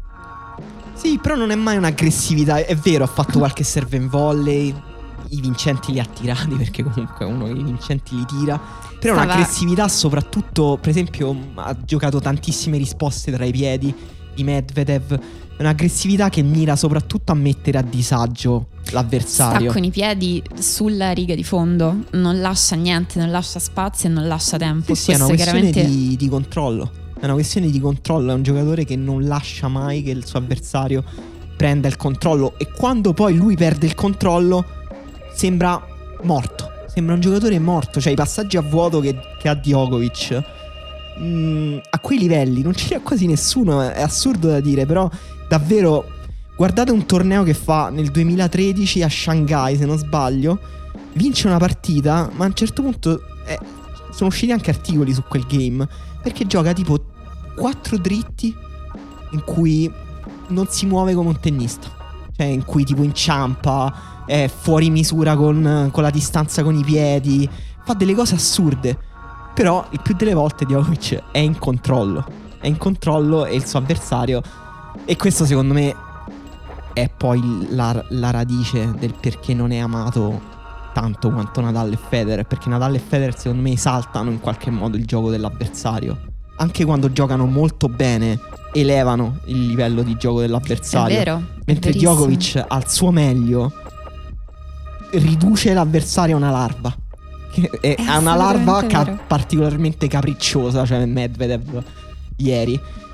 Sì, però non è mai un'aggressività, è vero, ha fatto qualche serve in volley, i vincenti li ha tirati, perché comunque uno i vincenti li tira, però un'aggressività soprattutto, per esempio, ha giocato tantissime risposte tra i piedi di Medvedev, un'aggressività che mira soprattutto a mettere a disagio l'avversario. Sta con i piedi sulla riga di fondo, non lascia niente, non lascia spazio e non lascia tempo. Sì, è una questione di controllo. È una questione di controllo, è un giocatore che non lascia mai che il suo avversario prenda il controllo, e quando poi lui perde il controllo sembra morto, sembra un giocatore morto, cioè i passaggi a vuoto che ha Djokovic a quei livelli non ce n'è quasi nessuno, è assurdo da dire, però davvero Guardate un torneo che fa nel 2013 a Shanghai, se non sbaglio. Vince una partita, ma a un certo punto sono usciti anche articoli su quel game, perché gioca tipo 4 dritti in cui non si muove come un tennista. Cioè in cui tipo inciampa, è fuori misura con la distanza con i piedi, fa delle cose assurde. Però il più delle volte Djokovic è in controllo. È in controllo e il suo avversario. E questo secondo me è poi la radice del perché non è amato tanto quanto Nadal e Federer. Perché Nadal e Federer secondo me esaltano in qualche modo il gioco dell'avversario. Anche quando giocano molto bene elevano il livello di gioco dell'avversario. È vero. Mentre Djokovic al suo meglio riduce l'avversario a una larva. È una larva particolarmente capricciosa, cioè Medvedev ieri.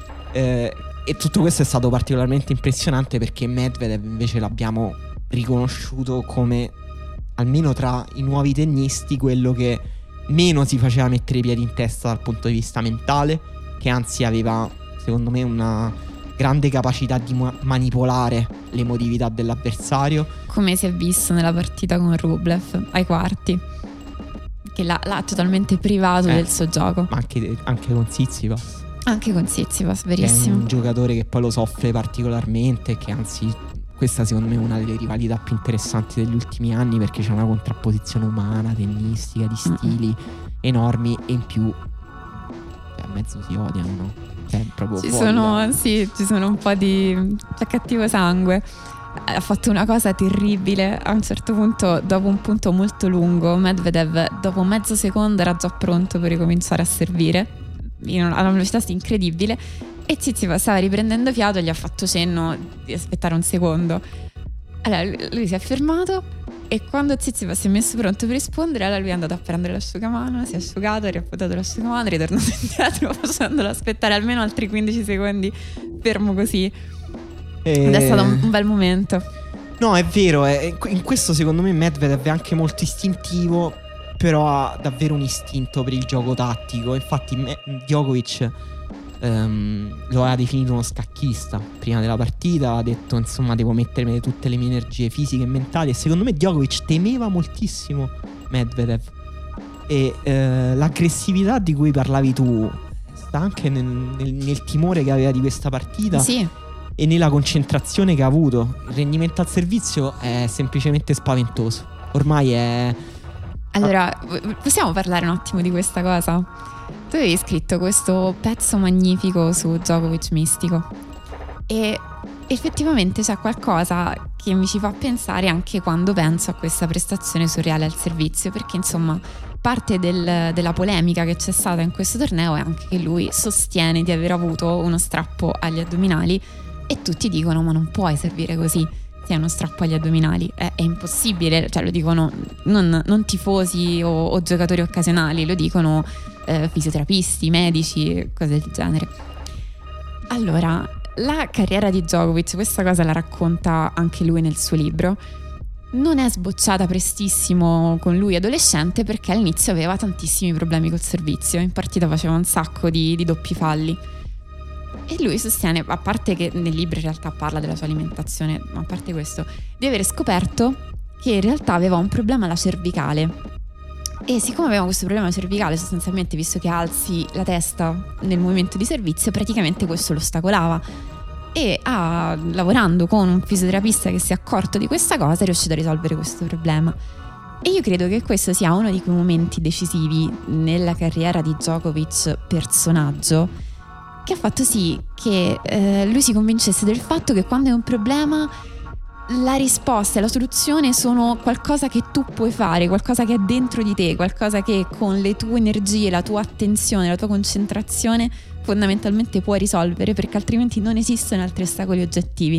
E tutto questo è stato particolarmente impressionante perché Medvedev invece l'abbiamo riconosciuto come, almeno tra i nuovi tennisti, quello che meno si faceva mettere i piedi in testa dal punto di vista mentale, che anzi aveva, secondo me, una grande capacità di manipolare l'emotività dell'avversario, come si è visto nella partita con Rublev ai quarti, che l'ha totalmente privato del suo gioco. Ma anche con Tsitsipas. Anche con Tsitsipas, verissimo. È un giocatore che poi lo soffre particolarmente, che anzi questa secondo me è una delle rivalità più interessanti degli ultimi anni, perché c'è una contrapposizione umana, tennistica, di stili enormi, e in più a mezzo si odiano, no? Proprio ci sono un po' di cattivo sangue. Ha fatto una cosa terribile. A un certo punto, dopo un punto molto lungo, Medvedev dopo mezzo secondo era già pronto per ricominciare a servire a una velocità incredibile, e Tsitsipas stava riprendendo fiato, gli ha fatto cenno di aspettare un secondo. Allora lui si è fermato, e quando Tsitsipas si è messo pronto per rispondere, allora lui è andato a prendere l'asciugamano, si è asciugato, ha riappodato l'asciugamano, è ritornato indietro facendolo aspettare almeno altri 15 secondi fermo così. Ed è stato un bel momento. No, è vero, in questo secondo me Medvedev è anche molto istintivo, però ha davvero un istinto per il gioco tattico. Infatti Djokovic lo aveva definito uno scacchista prima della partita, ha detto insomma devo mettermi tutte le mie energie fisiche e mentali, e secondo me Djokovic temeva moltissimo Medvedev, e l'aggressività di cui parlavi tu sta anche nel timore che aveva di questa partita. Sì. E nella concentrazione che ha avuto. Il rendimento al servizio è semplicemente spaventoso. Ormai è... Allora, possiamo parlare un attimo di questa cosa? Tu avevi scritto questo pezzo magnifico su Djokovic mistico, e effettivamente c'è qualcosa che mi ci fa pensare anche quando penso a questa prestazione surreale al servizio, perché insomma parte della polemica che c'è stata in questo torneo è anche che lui sostiene di aver avuto uno strappo agli addominali, e tutti dicono ma non puoi servire così se hai uno strappo agli addominali, è impossibile, cioè lo dicono non tifosi o giocatori occasionali, lo dicono fisioterapisti, medici, cose del genere. Allora, la carriera di Djokovic, questa cosa la racconta anche lui nel suo libro, non è sbocciata prestissimo con lui adolescente, perché all'inizio aveva tantissimi problemi col servizio, in partita faceva un sacco di doppi falli. E lui sostiene, a parte che nel libro in realtà parla della sua alimentazione, ma a parte questo, di aver scoperto che in realtà aveva un problema alla cervicale. E siccome aveva questo problema cervicale, sostanzialmente, visto che alzi la testa nel movimento di servizio, praticamente questo lo ostacolava. E lavorando con un fisioterapista che si è accorto di questa cosa, è riuscito a risolvere questo problema. E io credo che questo sia uno di quei momenti decisivi nella carriera di Djokovic personaggio, che ha fatto sì che lui si convincesse del fatto che quando è un problema la risposta e la soluzione sono qualcosa che tu puoi fare, qualcosa che è dentro di te, qualcosa che con le tue energie, la tua attenzione, la tua concentrazione fondamentalmente puoi risolvere, perché altrimenti non esistono altri ostacoli oggettivi.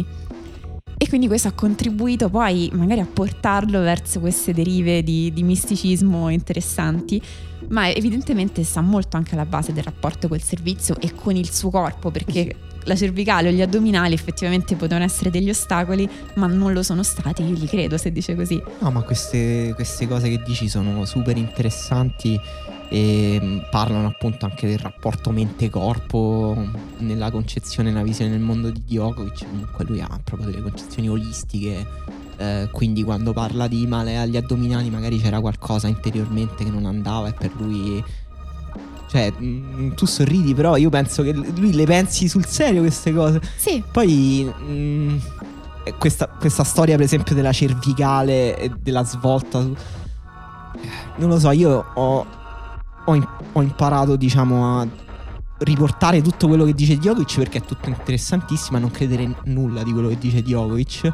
E quindi questo ha contribuito poi magari a portarlo verso queste derive di misticismo interessanti, ma evidentemente sta molto anche alla base del rapporto col servizio e con il suo corpo, perché la cervicale o gli addominali effettivamente potevano essere degli ostacoli, ma non lo sono stati, io gli credo se dice così. No, ma queste cose che dici sono super interessanti, e parlano appunto anche del rapporto mente-corpo nella concezione, nella visione del mondo di Djokovic. Comunque lui ha proprio delle concezioni olistiche, quindi quando parla di male agli addominali magari c'era qualcosa interiormente che non andava, e per lui, cioè, tu sorridi, però io penso che lui le pensi sul serio queste cose. Sì. Poi questa storia per esempio della cervicale e della svolta, non lo so, io ho imparato, diciamo, a riportare tutto quello che dice Djokovic, perché è tutto interessantissimo, a non credere nulla di quello che dice Djokovic.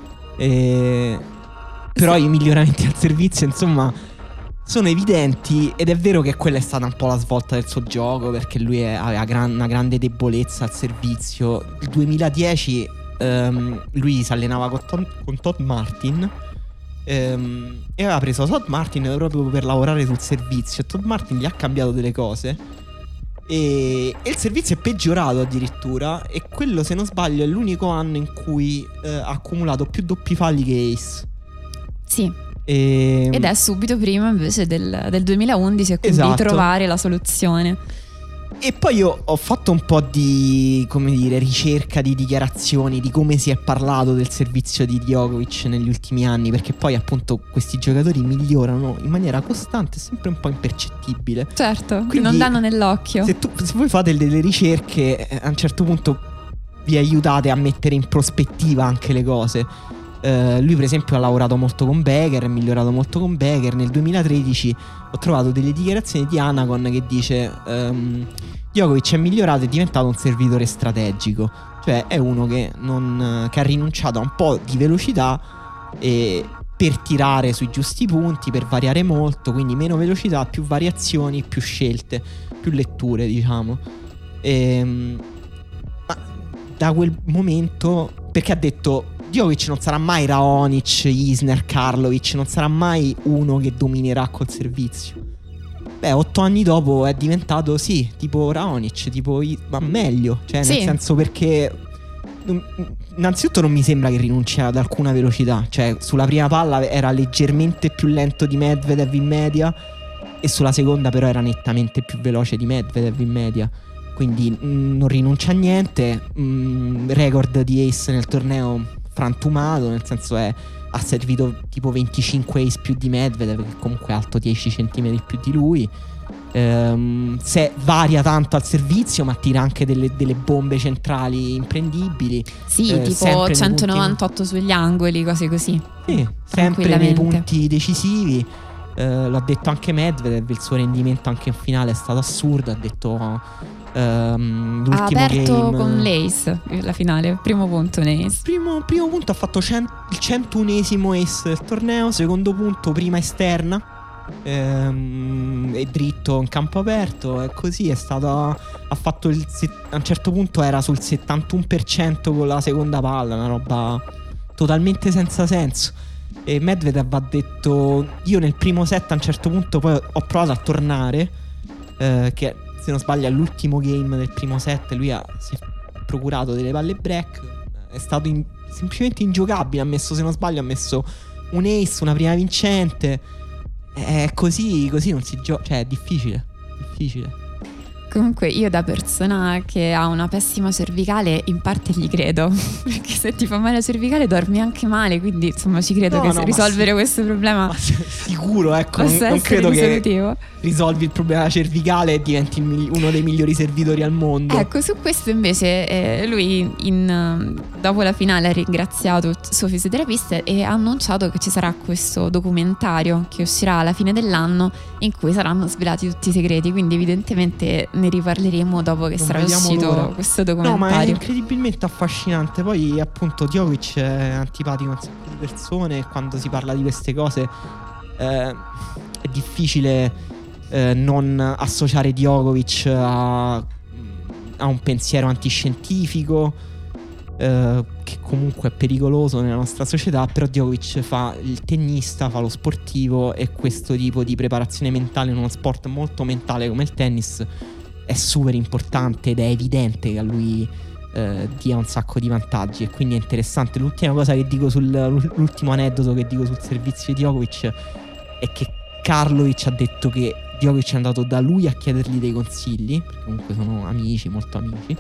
Però i miglioramenti al servizio, insomma, sono evidenti, ed è vero che quella è stata un po' la svolta del suo gioco, perché lui aveva una grande debolezza al servizio. Il 2010 lui si allenava con Todd Martin, e aveva preso Todd Martin proprio per lavorare sul servizio. Todd Martin gli ha cambiato delle cose e il servizio è peggiorato addirittura, e quello, se non sbaglio, è l'unico anno in cui ha accumulato più doppi falli che ace. Sì. Ed è subito prima invece del 2011, e quindi esatto, di trovare la soluzione. E poi io ho fatto un po' di, come dire, ricerca di dichiarazioni di come si è parlato del servizio di Djokovic negli ultimi anni, perché poi appunto questi giocatori migliorano in maniera costante, sempre un po' impercettibile. Certo, quindi non danno nell'occhio. Se voi fate delle ricerche, a un certo punto vi aiutate a mettere in prospettiva anche le cose. Lui per esempio ha lavorato molto con Becker, è migliorato molto con Becker. Nel 2013 ho trovato delle dichiarazioni di Anagon che dice Djokovic è migliorato, è diventato un servitore strategico, cioè è uno che ha rinunciato a un po' di velocità per tirare sui giusti punti, per variare molto, quindi meno velocità, più variazioni, più scelte, più letture, diciamo. Ma da quel momento, perché ha detto Djokovic non sarà mai Raonic, Isner, Karlovic, non sarà mai uno che dominerà col servizio. Beh, 8 anni dopo è diventato, sì, tipo Raonic, ma meglio, cioè sì, nel senso, perché innanzitutto non mi sembra che rinunci ad alcuna velocità, cioè sulla prima palla era leggermente più lento di Medvedev in media, e sulla seconda però era nettamente più veloce di Medvedev in media, quindi non rinuncia a niente. Record di ace nel torneo frantumato, nel senso ha servito tipo 25 ace più di Medvedev, che comunque è alto 10 cm più di lui. Se varia tanto al servizio, ma tira anche delle bombe centrali imprendibili. Sì, tipo 198 sugli angoli, cose così. Sì, sempre nei punti decisivi. L'ha detto anche Medvedev, il suo rendimento anche in finale è stato assurdo. Ha detto l'ultimo ha aperto game con l'ace la finale, primo punto un ace. Primo punto ha fatto il 101esimo ace del torneo. Secondo punto prima esterna, e dritto in campo aperto, e così è stato. Ha fatto a un certo punto era sul 71% con la seconda palla, una roba totalmente senza senso. E Medvedev ha detto: io nel primo set a un certo punto poi ho provato a tornare, che se non sbaglio all'ultimo game del primo set lui si è procurato delle palle break, è stato semplicemente ingiocabile. Se non sbaglio ha messo un ace, una prima vincente. Così non si gioca, cioè è difficile. Comunque io, da persona che ha una pessima cervicale, in parte gli credo, perché se ti fa male la cervicale dormi anche male, quindi insomma ci credo risolvere questo problema. Ma sicuro, ecco, non credo che risolvi il problema cervicale e diventi uno dei migliori servitori al mondo. Ecco, su questo invece lui dopo la finale ha ringraziato il suo fisioterapista e ha annunciato che ci sarà questo documentario che uscirà alla fine dell'anno, in cui saranno svelati tutti i segreti, quindi evidentemente ne riparleremo dopo che sarà uscito questo documentario. No, ma è incredibilmente affascinante. Poi appunto Djokovic è antipatico a un sacco di persone, e quando si parla di queste cose è difficile non associare Djokovic a un pensiero antiscientifico, che comunque è pericoloso nella nostra società. Però Djokovic fa il tennista, fa lo sportivo, e questo tipo di preparazione mentale in uno sport molto mentale come il tennis è super importante, ed è evidente che a lui dia un sacco di vantaggi, e quindi è interessante. L'ultima cosa che dico l'ultimo aneddoto che dico sul servizio di Djokovic è che Karlovic ha detto che Djokovic è andato da lui a chiedergli dei consigli, perché comunque sono amici, molto amici.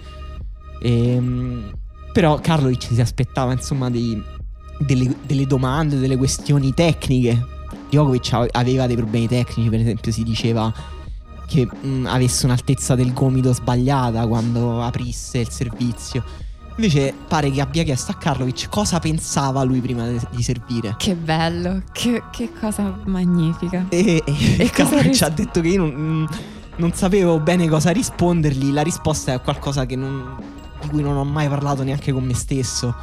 Però Karlovic si aspettava insomma delle domande, delle questioni tecniche. Djokovic aveva dei problemi tecnici, per esempio si diceva che avesse un'altezza del gomito sbagliata quando aprisse il servizio. Invece pare che abbia chiesto a Karlovic cosa pensava lui prima di servire. Che bello, che cosa magnifica. E Karlovic ha detto che io non sapevo bene cosa rispondergli. La risposta è qualcosa di cui non ho mai parlato neanche con me stesso.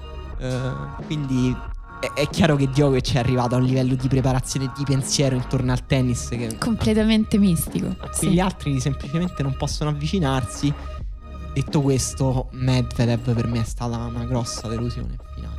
Quindi è chiaro che Djokovic è arrivato a un livello di preparazione e di pensiero intorno al tennis che completamente mistico. Gli altri semplicemente non possono avvicinarsi. Detto questo, Medvedev per me è stata una grossa delusione finale.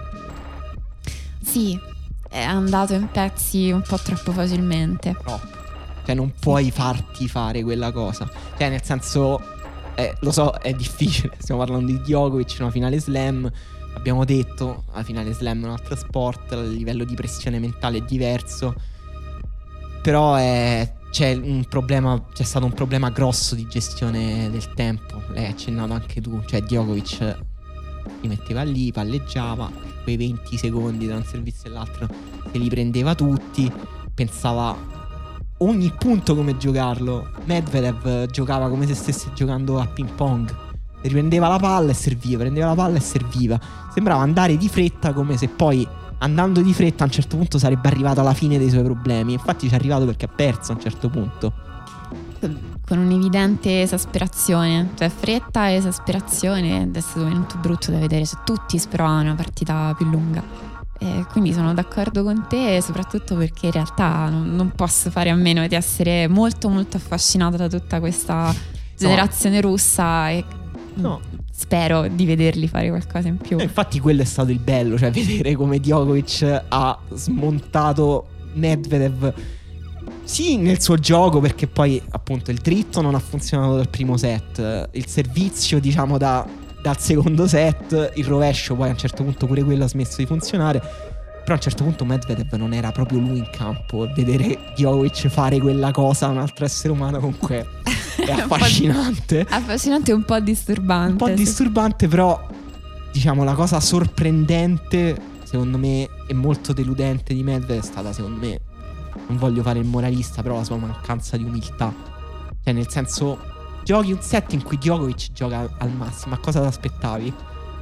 Sì, è andato in pezzi un po' troppo facilmente. Troppo. Cioè non puoi farti fare quella cosa. Cioè nel senso, lo so, è difficile. Stiamo parlando di Djokovic, una finale slam. Abbiamo detto, la finale slam è un altro sport, il livello di pressione mentale è diverso. Però c'è stato un problema grosso di gestione del tempo. L'hai accennato anche tu. Cioè Djokovic si metteva lì, palleggiava, quei 20 secondi tra un servizio e l'altro se li prendeva tutti, pensava ogni punto come giocarlo. Medvedev giocava come se stesse giocando a ping pong. Riprendeva la palla e serviva, prendeva la palla e serviva. Sembrava andare di fretta, come se poi andando di fretta a un certo punto sarebbe arrivato alla fine dei suoi problemi. Infatti ci è arrivato perché ha perso a un certo punto, con un'evidente esasperazione. Cioè fretta e esasperazione. Ed è stato venuto brutto da vedere. Cioè, tutti speravano una partita più lunga. E quindi sono d'accordo con te, soprattutto perché in realtà non posso fare a meno di essere molto molto affascinata da tutta questa generazione russa. E spero di vederli fare qualcosa in più. Infatti quello è stato il bello, cioè vedere come Djokovic ha smontato Medvedev, sì, nel suo gioco, perché poi appunto il dritto non ha funzionato dal primo set, il servizio diciamo dal secondo set, il rovescio poi a un certo punto pure quello ha smesso di funzionare. Però a un certo punto Medvedev non era proprio lui in campo. Vedere Djokovic fare quella cosa a un altro essere umano comunque è affascinante. Affascinante e un po' disturbante. Un po' disturbante, però diciamo la cosa sorprendente secondo me e molto deludente di Medvedev è stata, secondo me, non voglio fare il moralista, però la sua mancanza di umiltà. Cioè nel senso, giochi un set in cui Djokovic gioca al massimo, a cosa ti aspettavi?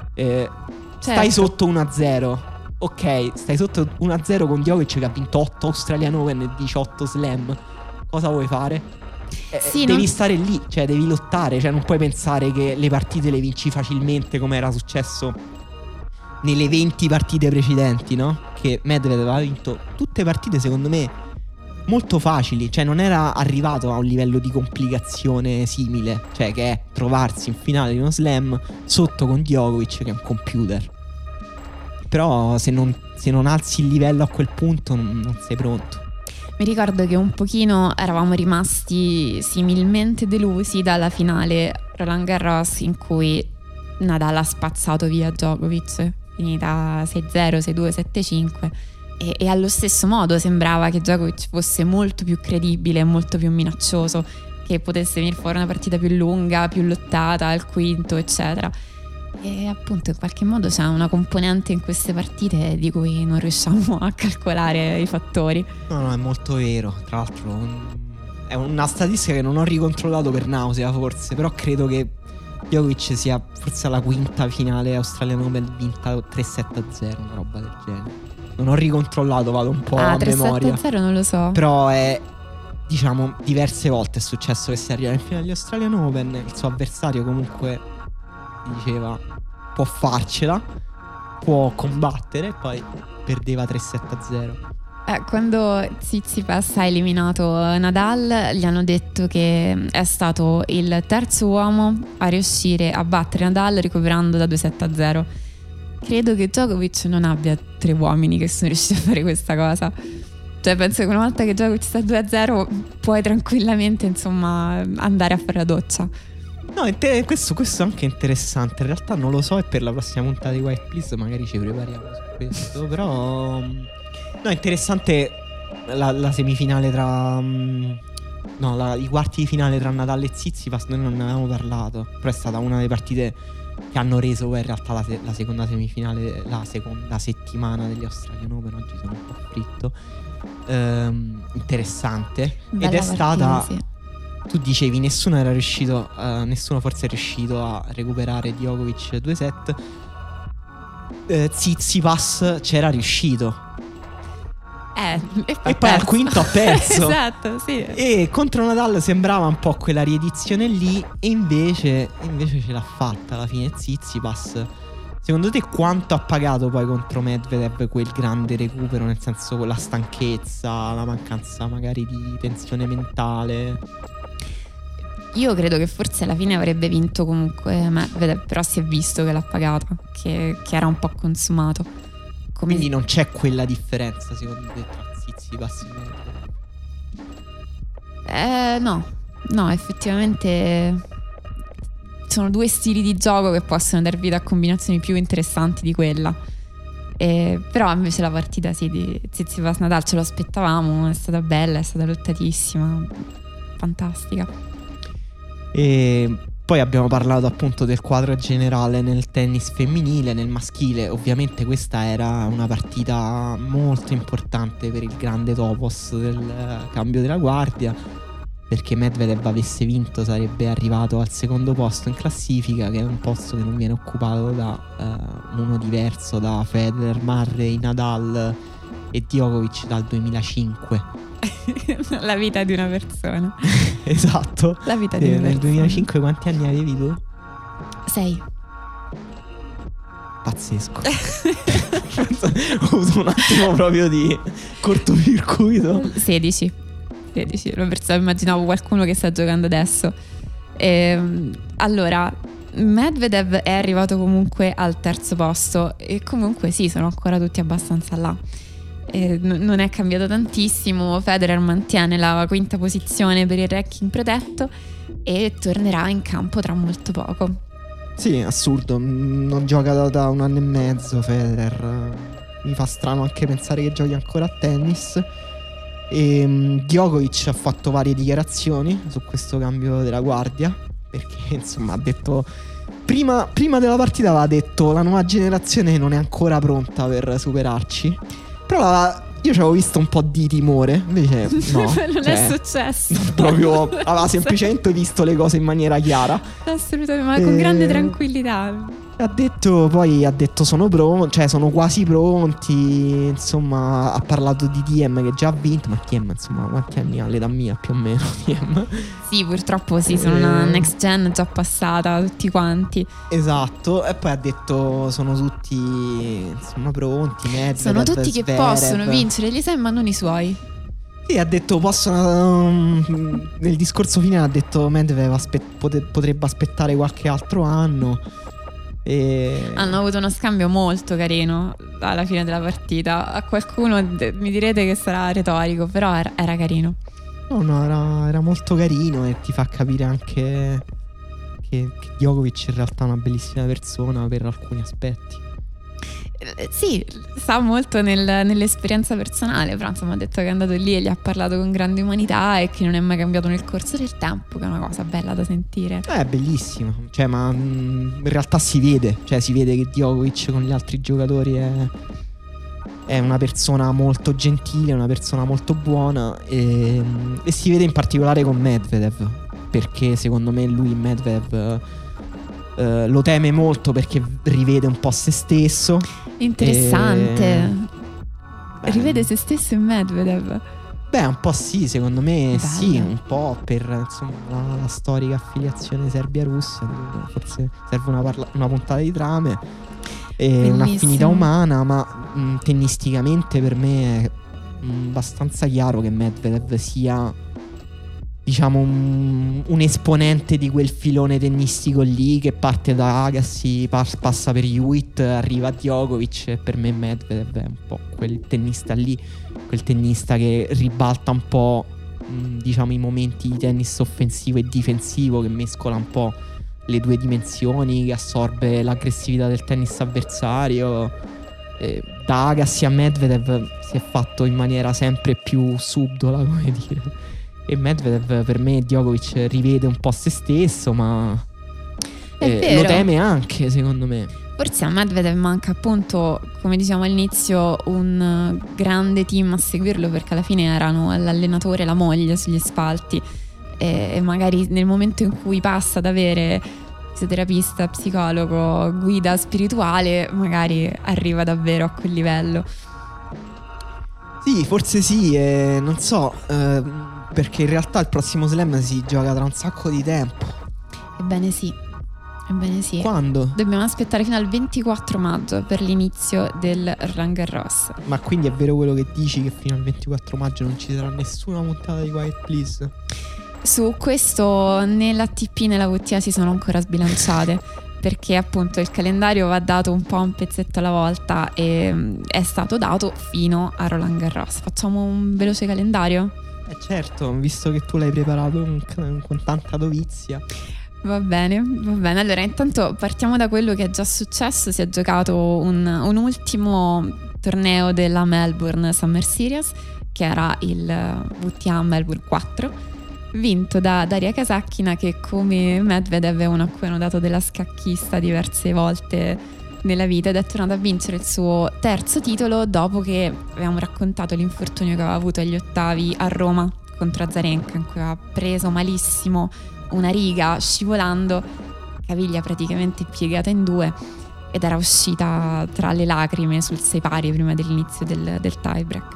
Stai sotto 1-0. Ok, stai sotto 1-0 con Djokovic che ha vinto 8 Australian Open e 18 Slam. Cosa vuoi fare? Devi stare lì, cioè devi lottare. Cioè non puoi pensare che le partite le vinci facilmente come era successo nelle 20 partite precedenti, no? Che Medvedev aveva vinto tutte partite secondo me molto facili. Cioè non era arrivato a un livello di complicazione simile, cioè che è trovarsi in finale di uno Slam sotto con Djokovic che è un computer. Però se non alzi il livello a quel punto non sei pronto. Mi ricordo che un pochino eravamo rimasti similmente delusi dalla finale Roland Garros in cui Nadal ha spazzato via Djokovic, finita 6-0, 6-2, 7-5, e allo stesso modo sembrava che Djokovic fosse molto più credibile, molto più minaccioso, che potesse venire fuori una partita più lunga, più lottata al quinto, eccetera. E appunto in qualche modo c'è una componente in queste partite di cui non riusciamo a calcolare i fattori. No, è molto vero. Tra l'altro è una statistica che non ho ricontrollato per nausea forse, però credo che Djokovic sia forse alla quinta finale Australian Open vinta 3-7-0, una roba del genere. Non ho ricontrollato, vado un po' a memoria. 3-7-0 non lo so. Però è, diciamo, diverse volte è successo che si arriva in finale di Australian Open, il suo avversario comunque diceva può farcela, può combattere, e poi perdeva 3-7-0. Quando Tsitsipas ha eliminato Nadal gli hanno detto che è stato il terzo uomo a riuscire a battere Nadal recuperando da 2-7-0. Credo che Djokovic non abbia 3 uomini che sono riusciti a fare questa cosa. Cioè penso che una volta che Djokovic sta 2-0 puoi tranquillamente insomma andare a fare la doccia. No, questo è anche interessante. In realtà non lo so, e per la prossima puntata di White Please magari ci prepariamo su questo. Però no, è interessante la semifinale tra No, i quarti di finale tra Nadal e Tsitsipas noi non ne avevamo parlato, però è stata una delle partite che hanno reso poi in realtà la seconda semifinale, la seconda settimana degli Australian Open. Oggi sono un po' fritto. Interessante. Bella ed è partita, stata, sì. tu dicevi, nessuno forse è riuscito a recuperare Djokovic 2 set. Tsitsipas c'era riuscito. E poi al quinto ha perso. Esatto, sì. E contro Nadal sembrava un po' quella riedizione lì, e invece ce l'ha fatta alla fine Tsitsipas. Secondo te quanto ha pagato poi contro Medvedev quel grande recupero, nel senso con la stanchezza, la mancanza magari di tensione mentale? Io credo che forse alla fine avrebbe vinto comunque Medvedev, però si è visto che l'ha pagata, che era un po' consumato. Quindi non c'è quella differenza secondo te tra Tsitsipas e Medvedev? No, effettivamente sono due stili di gioco che possono dar vita a combinazioni più interessanti di quella. Però invece la partita di Tsitsipas Nadal ce lo aspettavamo, è stata bella, è stata lottatissima, fantastica. E poi abbiamo parlato appunto del quadro generale nel tennis femminile. Nel maschile ovviamente questa era una partita molto importante per il grande topos del cambio della guardia, perché Medvedev avesse vinto sarebbe arrivato al secondo posto in classifica, che è un posto che non viene occupato da uno diverso, da Federer, Murray, Nadal e Djokovic dal 2005. La vita di una persona. Esatto. La vita di una persona. Nel 2005 quanti anni avevi tu? 6. Pazzesco. Ho avuto un attimo proprio di cortocircuito. 16. Immaginavo qualcuno che sta giocando adesso. Allora, Medvedev è arrivato comunque al terzo posto, e comunque sì, sono ancora tutti abbastanza là. Non è cambiato tantissimo. Federer mantiene la quinta posizione per il ranking protetto e tornerà in campo tra molto poco. Sì, assurdo. Non gioca da un anno e mezzo Federer. Mi fa strano anche pensare che giochi ancora a tennis. E Djokovic ha fatto varie dichiarazioni su questo cambio della guardia, perché insomma ha detto prima della partita aveva detto la nuova generazione non è ancora pronta per superarci. Però io ci avevo visto un po' di timore, invece no. Non è successo. Proprio aveva semplicemente visto le cose in maniera chiara. Assolutamente, ma con grande tranquillità. Ha detto sono pronto, cioè sono quasi pronti. Insomma, ha parlato di Thiem che già ha vinto. Ma Thiem, insomma, quanti anni ha? L'età mia più o meno Thiem. Sì, purtroppo sì, sono una next gen già passata, tutti quanti. Esatto. E poi ha detto sono tutti insomma pronti, Medvedev, sono tutti che Zverev possono vincere gli esami, ma non i suoi. Sì, ha detto possono. Nel discorso finale ha detto Medvedev potrebbe aspettare qualche altro anno. Hanno avuto uno scambio molto carino alla fine della partita. A qualcuno mi direte che sarà retorico, però era carino. No, era molto carino, e ti fa capire anche che Djokovic in realtà è una bellissima persona per alcuni aspetti. Sì, sta molto nell'esperienza personale, però insomma ha detto che è andato lì e gli ha parlato con grande umanità e che non è mai cambiato nel corso del tempo, che è una cosa bella da sentire. È bellissimo, cioè, ma in realtà si vede che Djokovic con gli altri giocatori è una persona molto gentile, una persona molto buona, e si vede in particolare con Medvedev, perché secondo me lui Medvedev lo teme molto perché rivede un po' se stesso. Interessante. Rivede se stesso in Medvedev. Beh, un po' sì, secondo me. Bello. Sì, un po' per insomma la storica affiliazione Serbia-Russia. Forse serve una puntata di trame e un'affinità umana, ma tennisticamente per me è abbastanza chiaro che Medvedev sia, diciamo, un esponente di quel filone tennistico lì che parte da Agassi, passa per Hewitt, arriva a Djokovic, e per me Medvedev è un po' quel tennista lì, quel tennista che ribalta un po', diciamo, i momenti di tennis offensivo e difensivo, che mescola un po' le due dimensioni, che assorbe l'aggressività del tennis avversario. Da Agassi a Medvedev si è fatto in maniera sempre più subdola, come dire. E Medvedev, per me, Djokovic rivede un po' se stesso, ma lo teme anche, secondo me. Forse a Medvedev manca appunto, come diciamo all'inizio, un grande team a seguirlo, perché alla fine erano l'allenatore e la moglie sugli spalti, e magari nel momento in cui passa ad avere fisioterapista, psicologo, guida spirituale, magari arriva davvero a quel livello. Sì, forse sì, non so, perché in realtà il prossimo slam si gioca tra un sacco di tempo. Ebbene sì. Quando? Dobbiamo aspettare fino al 24 maggio per l'inizio del Roland Garros. Ma quindi è vero quello che dici, che fino al 24 maggio non ci sarà nessuna puntata di Quiet Please? Su questo né l'ATP né la WTA si sono ancora sbilanciate, perché appunto il calendario va dato un po' un pezzetto alla volta e è stato dato fino a Roland Garros. Facciamo un veloce calendario? Certo, visto che tu l'hai preparato con tanta dovizia. Va bene. Allora, intanto partiamo da quello che è già successo. Si è giocato un ultimo torneo della Melbourne Summer Series, che era il WTA Melbourne 4, vinto da Daria Kasatkina, che come Medvedev è uno a cui hanno dato della scacchista diverse volte nella vita, ed è tornato a vincere il suo terzo titolo dopo che avevamo raccontato l'infortunio che aveva avuto agli ottavi a Roma contro Azarenka, in cui aveva preso malissimo una riga scivolando, caviglia praticamente piegata in due, ed era uscita tra le lacrime sul 6 pari prima dell'inizio del tiebreak.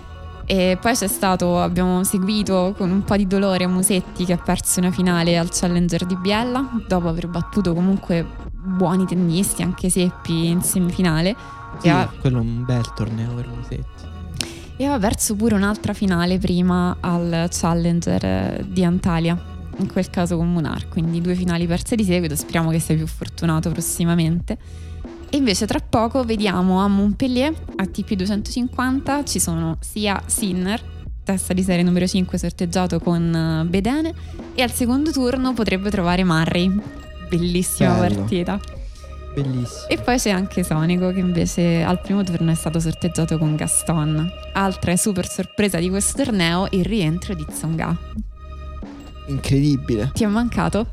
E poi abbiamo seguito con un po' di dolore Musetti, che ha perso una finale al Challenger di Biella dopo aver battuto comunque buoni tennisti, anche Seppi in semifinale. Sì, quello è un bel torneo per Musetti. E aveva perso pure un'altra finale prima al Challenger di Antalya, in quel caso con Munar, quindi 2 finali perse di seguito. Speriamo che sia più fortunato prossimamente. E invece tra poco vediamo a Montpellier, ATP 250, ci sono sia Sinner, testa di serie numero 5 sorteggiato con Bedene, e al secondo turno potrebbe trovare Murray. Bellissima partita. Bellissimo. E poi c'è anche Sonico, che invece al primo turno è stato sorteggiato con Gaston. Altra super sorpresa di questo torneo, il rientro di Tsonga. Incredibile. Ti è mancato?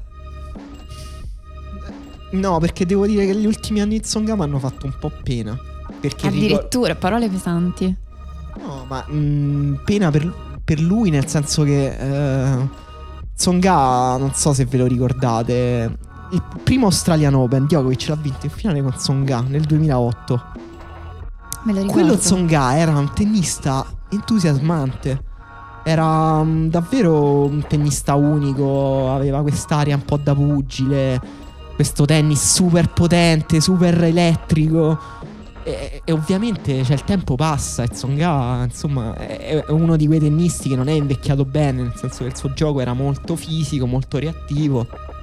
No, perché devo dire che gli ultimi anni di Tsonga mi hanno fatto un po' pena. Perché addirittura parole pesanti. No, ma pena per lui, nel senso che Tsonga, non so se ve lo ricordate, il primo Australian Open Djokovic l'ha vinto in finale con Tsonga nel 2008. Me lo ricordo. Quello Tsonga era un tennista entusiasmante. Era davvero un tennista unico. Aveva quest'aria un po' da pugile, questo tennis super potente, super elettrico. E ovviamente il tempo passa e Tsonga, insomma, è uno di quei tennisti che non è invecchiato bene, nel senso che il suo gioco era molto fisico, molto reattivo,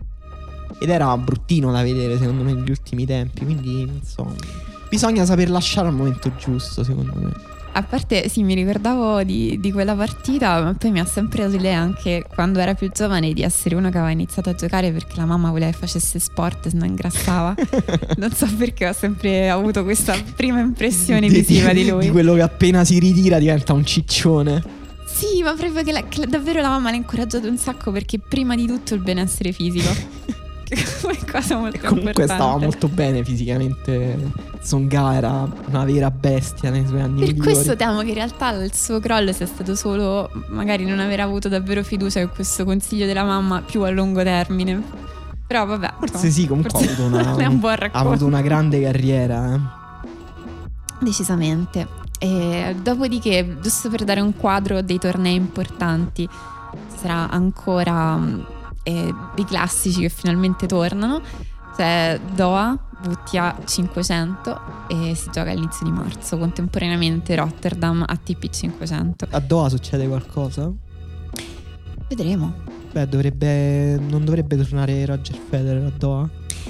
ed era bruttino da vedere secondo me negli ultimi tempi. Quindi insomma, bisogna saper lasciare al momento giusto, secondo me. A parte, sì, mi ricordavo di quella partita, ma poi mi ha sempre dato l'idea, anche quando era più giovane, di essere uno che aveva iniziato a giocare perché la mamma voleva che facesse sport, se no ingrassava. Non so perché ho sempre avuto questa prima impressione visiva di lui. Di quello che appena si ritira diventa un ciccione. Sì, ma proprio che davvero la mamma l'ha incoraggiato un sacco, perché prima di tutto il benessere fisico. Come cosa molto comunque importante. Stava molto bene fisicamente. Tsonga era una vera bestia nei suoi anni migliori. Per questo temo che in realtà il suo crollo sia stato solo magari non aver avuto davvero fiducia in questo consiglio della mamma più a lungo termine. Però vabbè, forse sì, comunque ha avuto una grande carriera, decisamente. E dopodiché, giusto per dare un quadro dei tornei importanti, sarà ancora dei classici che finalmente tornano. C'è Doha, WTA 500, e si gioca all'inizio di marzo. Contemporaneamente Rotterdam, ATP 500. A Doha succede qualcosa? Vedremo. Beh, non dovrebbe tornare Roger Federer a Doha?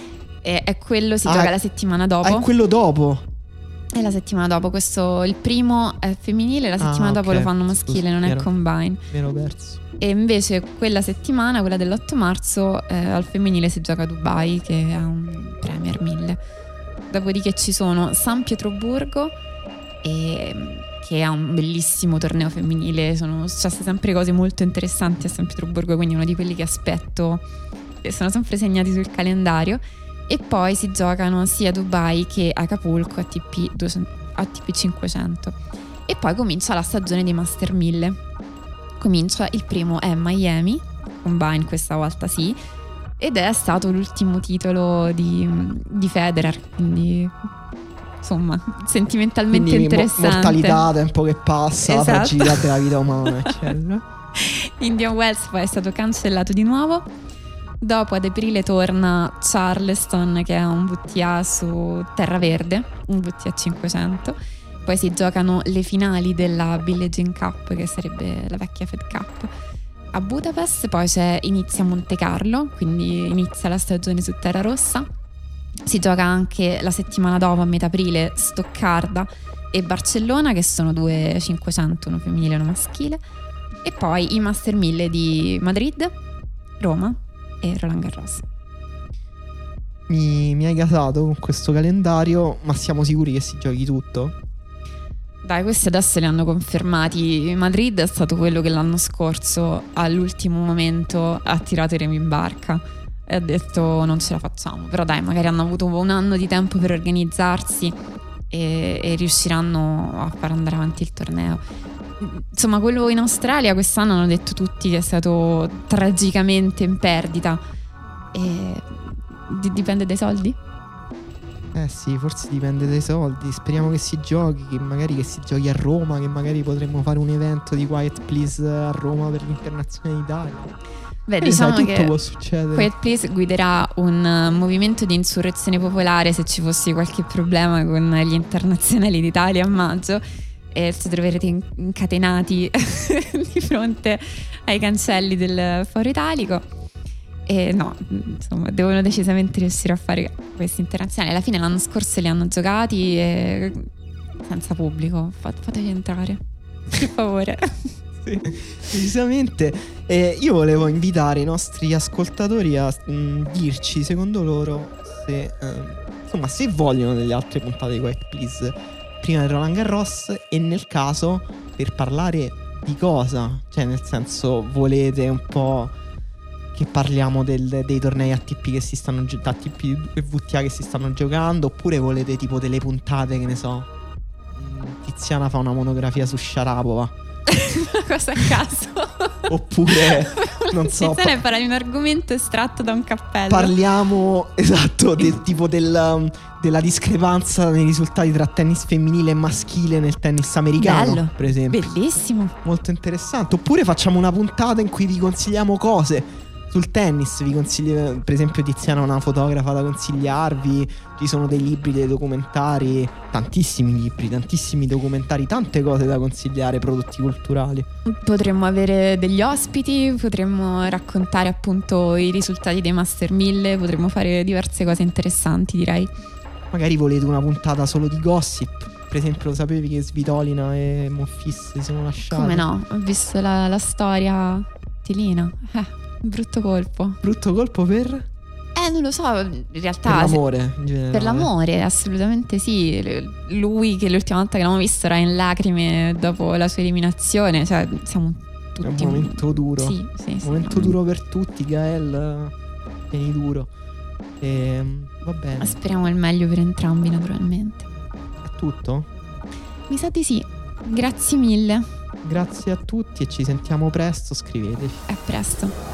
È quello, si gioca la settimana dopo. È quello dopo? È la settimana dopo. Questo, il primo è femminile, la settimana dopo lo fanno maschile. Scusa, non è combine. Mi ero perso. E invece quella settimana, quella dell'8 marzo, al femminile si gioca a Dubai, che è un Premier 1000. Dopodiché ci sono San Pietroburgo e che ha un bellissimo torneo femminile, sono successe sempre cose molto interessanti a San Pietroburgo, quindi uno di quelli che aspetto, e sono sempre segnati sul calendario. E poi si giocano sia a Dubai che a Acapulco ATP 500. E poi comincia la stagione dei Master 1000. Comincia, il primo è Miami, Combine questa volta sì, ed è stato l'ultimo titolo di Federer, quindi insomma sentimentalmente quindi interessante. Mortalità, tempo che passa, esatto. La fragilità della vita umana, eccetera. Indian Wells poi è stato cancellato di nuovo. Dopo ad aprile torna Charleston, che è un WTA su terra verde, un WTA 500. Poi si giocano le finali della Billie Jean Cup, che sarebbe la vecchia Fed Cup, a Budapest. Poi inizia Monte Carlo, quindi inizia la stagione su terra rossa. Si gioca anche la settimana dopo, a metà aprile, Stoccarda e Barcellona, che sono 2 500, uno femminile e uno maschile. E poi i Master 1000 di Madrid, Roma e Roland Garros. Mi hai gasato con questo calendario, ma siamo sicuri che si giochi tutto? Dai, questi adesso li hanno confermati. Madrid è stato quello che l'anno scorso all'ultimo momento ha tirato i remi in barca e ha detto non ce la facciamo. Però dai, magari hanno avuto un anno di tempo per organizzarsi e riusciranno a far andare avanti il torneo. Insomma, quello in Australia quest'anno hanno detto tutti che è stato tragicamente in perdita. E dipende dai soldi? Sì, forse dipende dai soldi. Speriamo che si giochi, che magari che si giochi a Roma, che magari potremmo fare un evento di Quiet Please a Roma per l'internazionalità. Beh, diciamo tutto che può succedere. Quiet Please guiderà un movimento di insurrezione popolare se ci fosse qualche problema con gli internazionali d'Italia a maggio, e ci troverete incatenati di fronte ai cancelli del Foro Italico. E no, insomma, devono decisamente riuscire a fare questi internazionali. Alla fine l'anno scorso li hanno giocati senza pubblico. Fateci entrare, per favore. Sì, decisamente. Io volevo invitare i nostri ascoltatori a dirci, secondo loro, se insomma, se vogliono delle altre puntate di Quiet Please prima del Roland Garros, e nel caso per parlare di cosa. Cioè, nel senso, volete un po' che parliamo dei tornei ATP che si stanno ATP e WTA che si stanno giocando, oppure volete tipo delle puntate, che ne so, Tiziana fa una monografia su Sharapova, una cosa a caso, oppure non so, Tiziana parla di un argomento estratto da un cappello. Parliamo, esatto, tipo della discrepanza nei risultati tra tennis femminile e maschile nel tennis americano. Bello, per esempio. Bellissimo. Molto interessante. Oppure facciamo una puntata in cui vi consigliamo cose sul tennis. Vi consiglio, per esempio, Tiziana è una fotografa da consigliarvi. Ci sono dei libri, dei documentari, tantissimi libri, tantissimi documentari, tante cose da consigliare, prodotti culturali. Potremmo avere degli ospiti, potremmo raccontare appunto i risultati dei Master 1000, potremmo fare diverse cose interessanti, direi. Magari volete una puntata solo di gossip. Per esempio, lo sapevi che Svitolina e Monfils si sono lasciati? Come no? Ho visto la storia Tilina. Brutto colpo. Brutto colpo per? Non lo so, in realtà. Per l'amore, in generale. Per l'amore, assolutamente sì. Lui, che l'ultima volta che l'abbiamo visto era in lacrime dopo la sua eliminazione. Cioè, siamo tutti. È un momento duro. Sì, un momento duro per tutti. Gael, vieni duro. Va bene. Speriamo il meglio per entrambi, naturalmente. È tutto? Mi sa di sì. Grazie mille. Grazie a tutti e ci sentiamo presto. Scriveteci. A presto.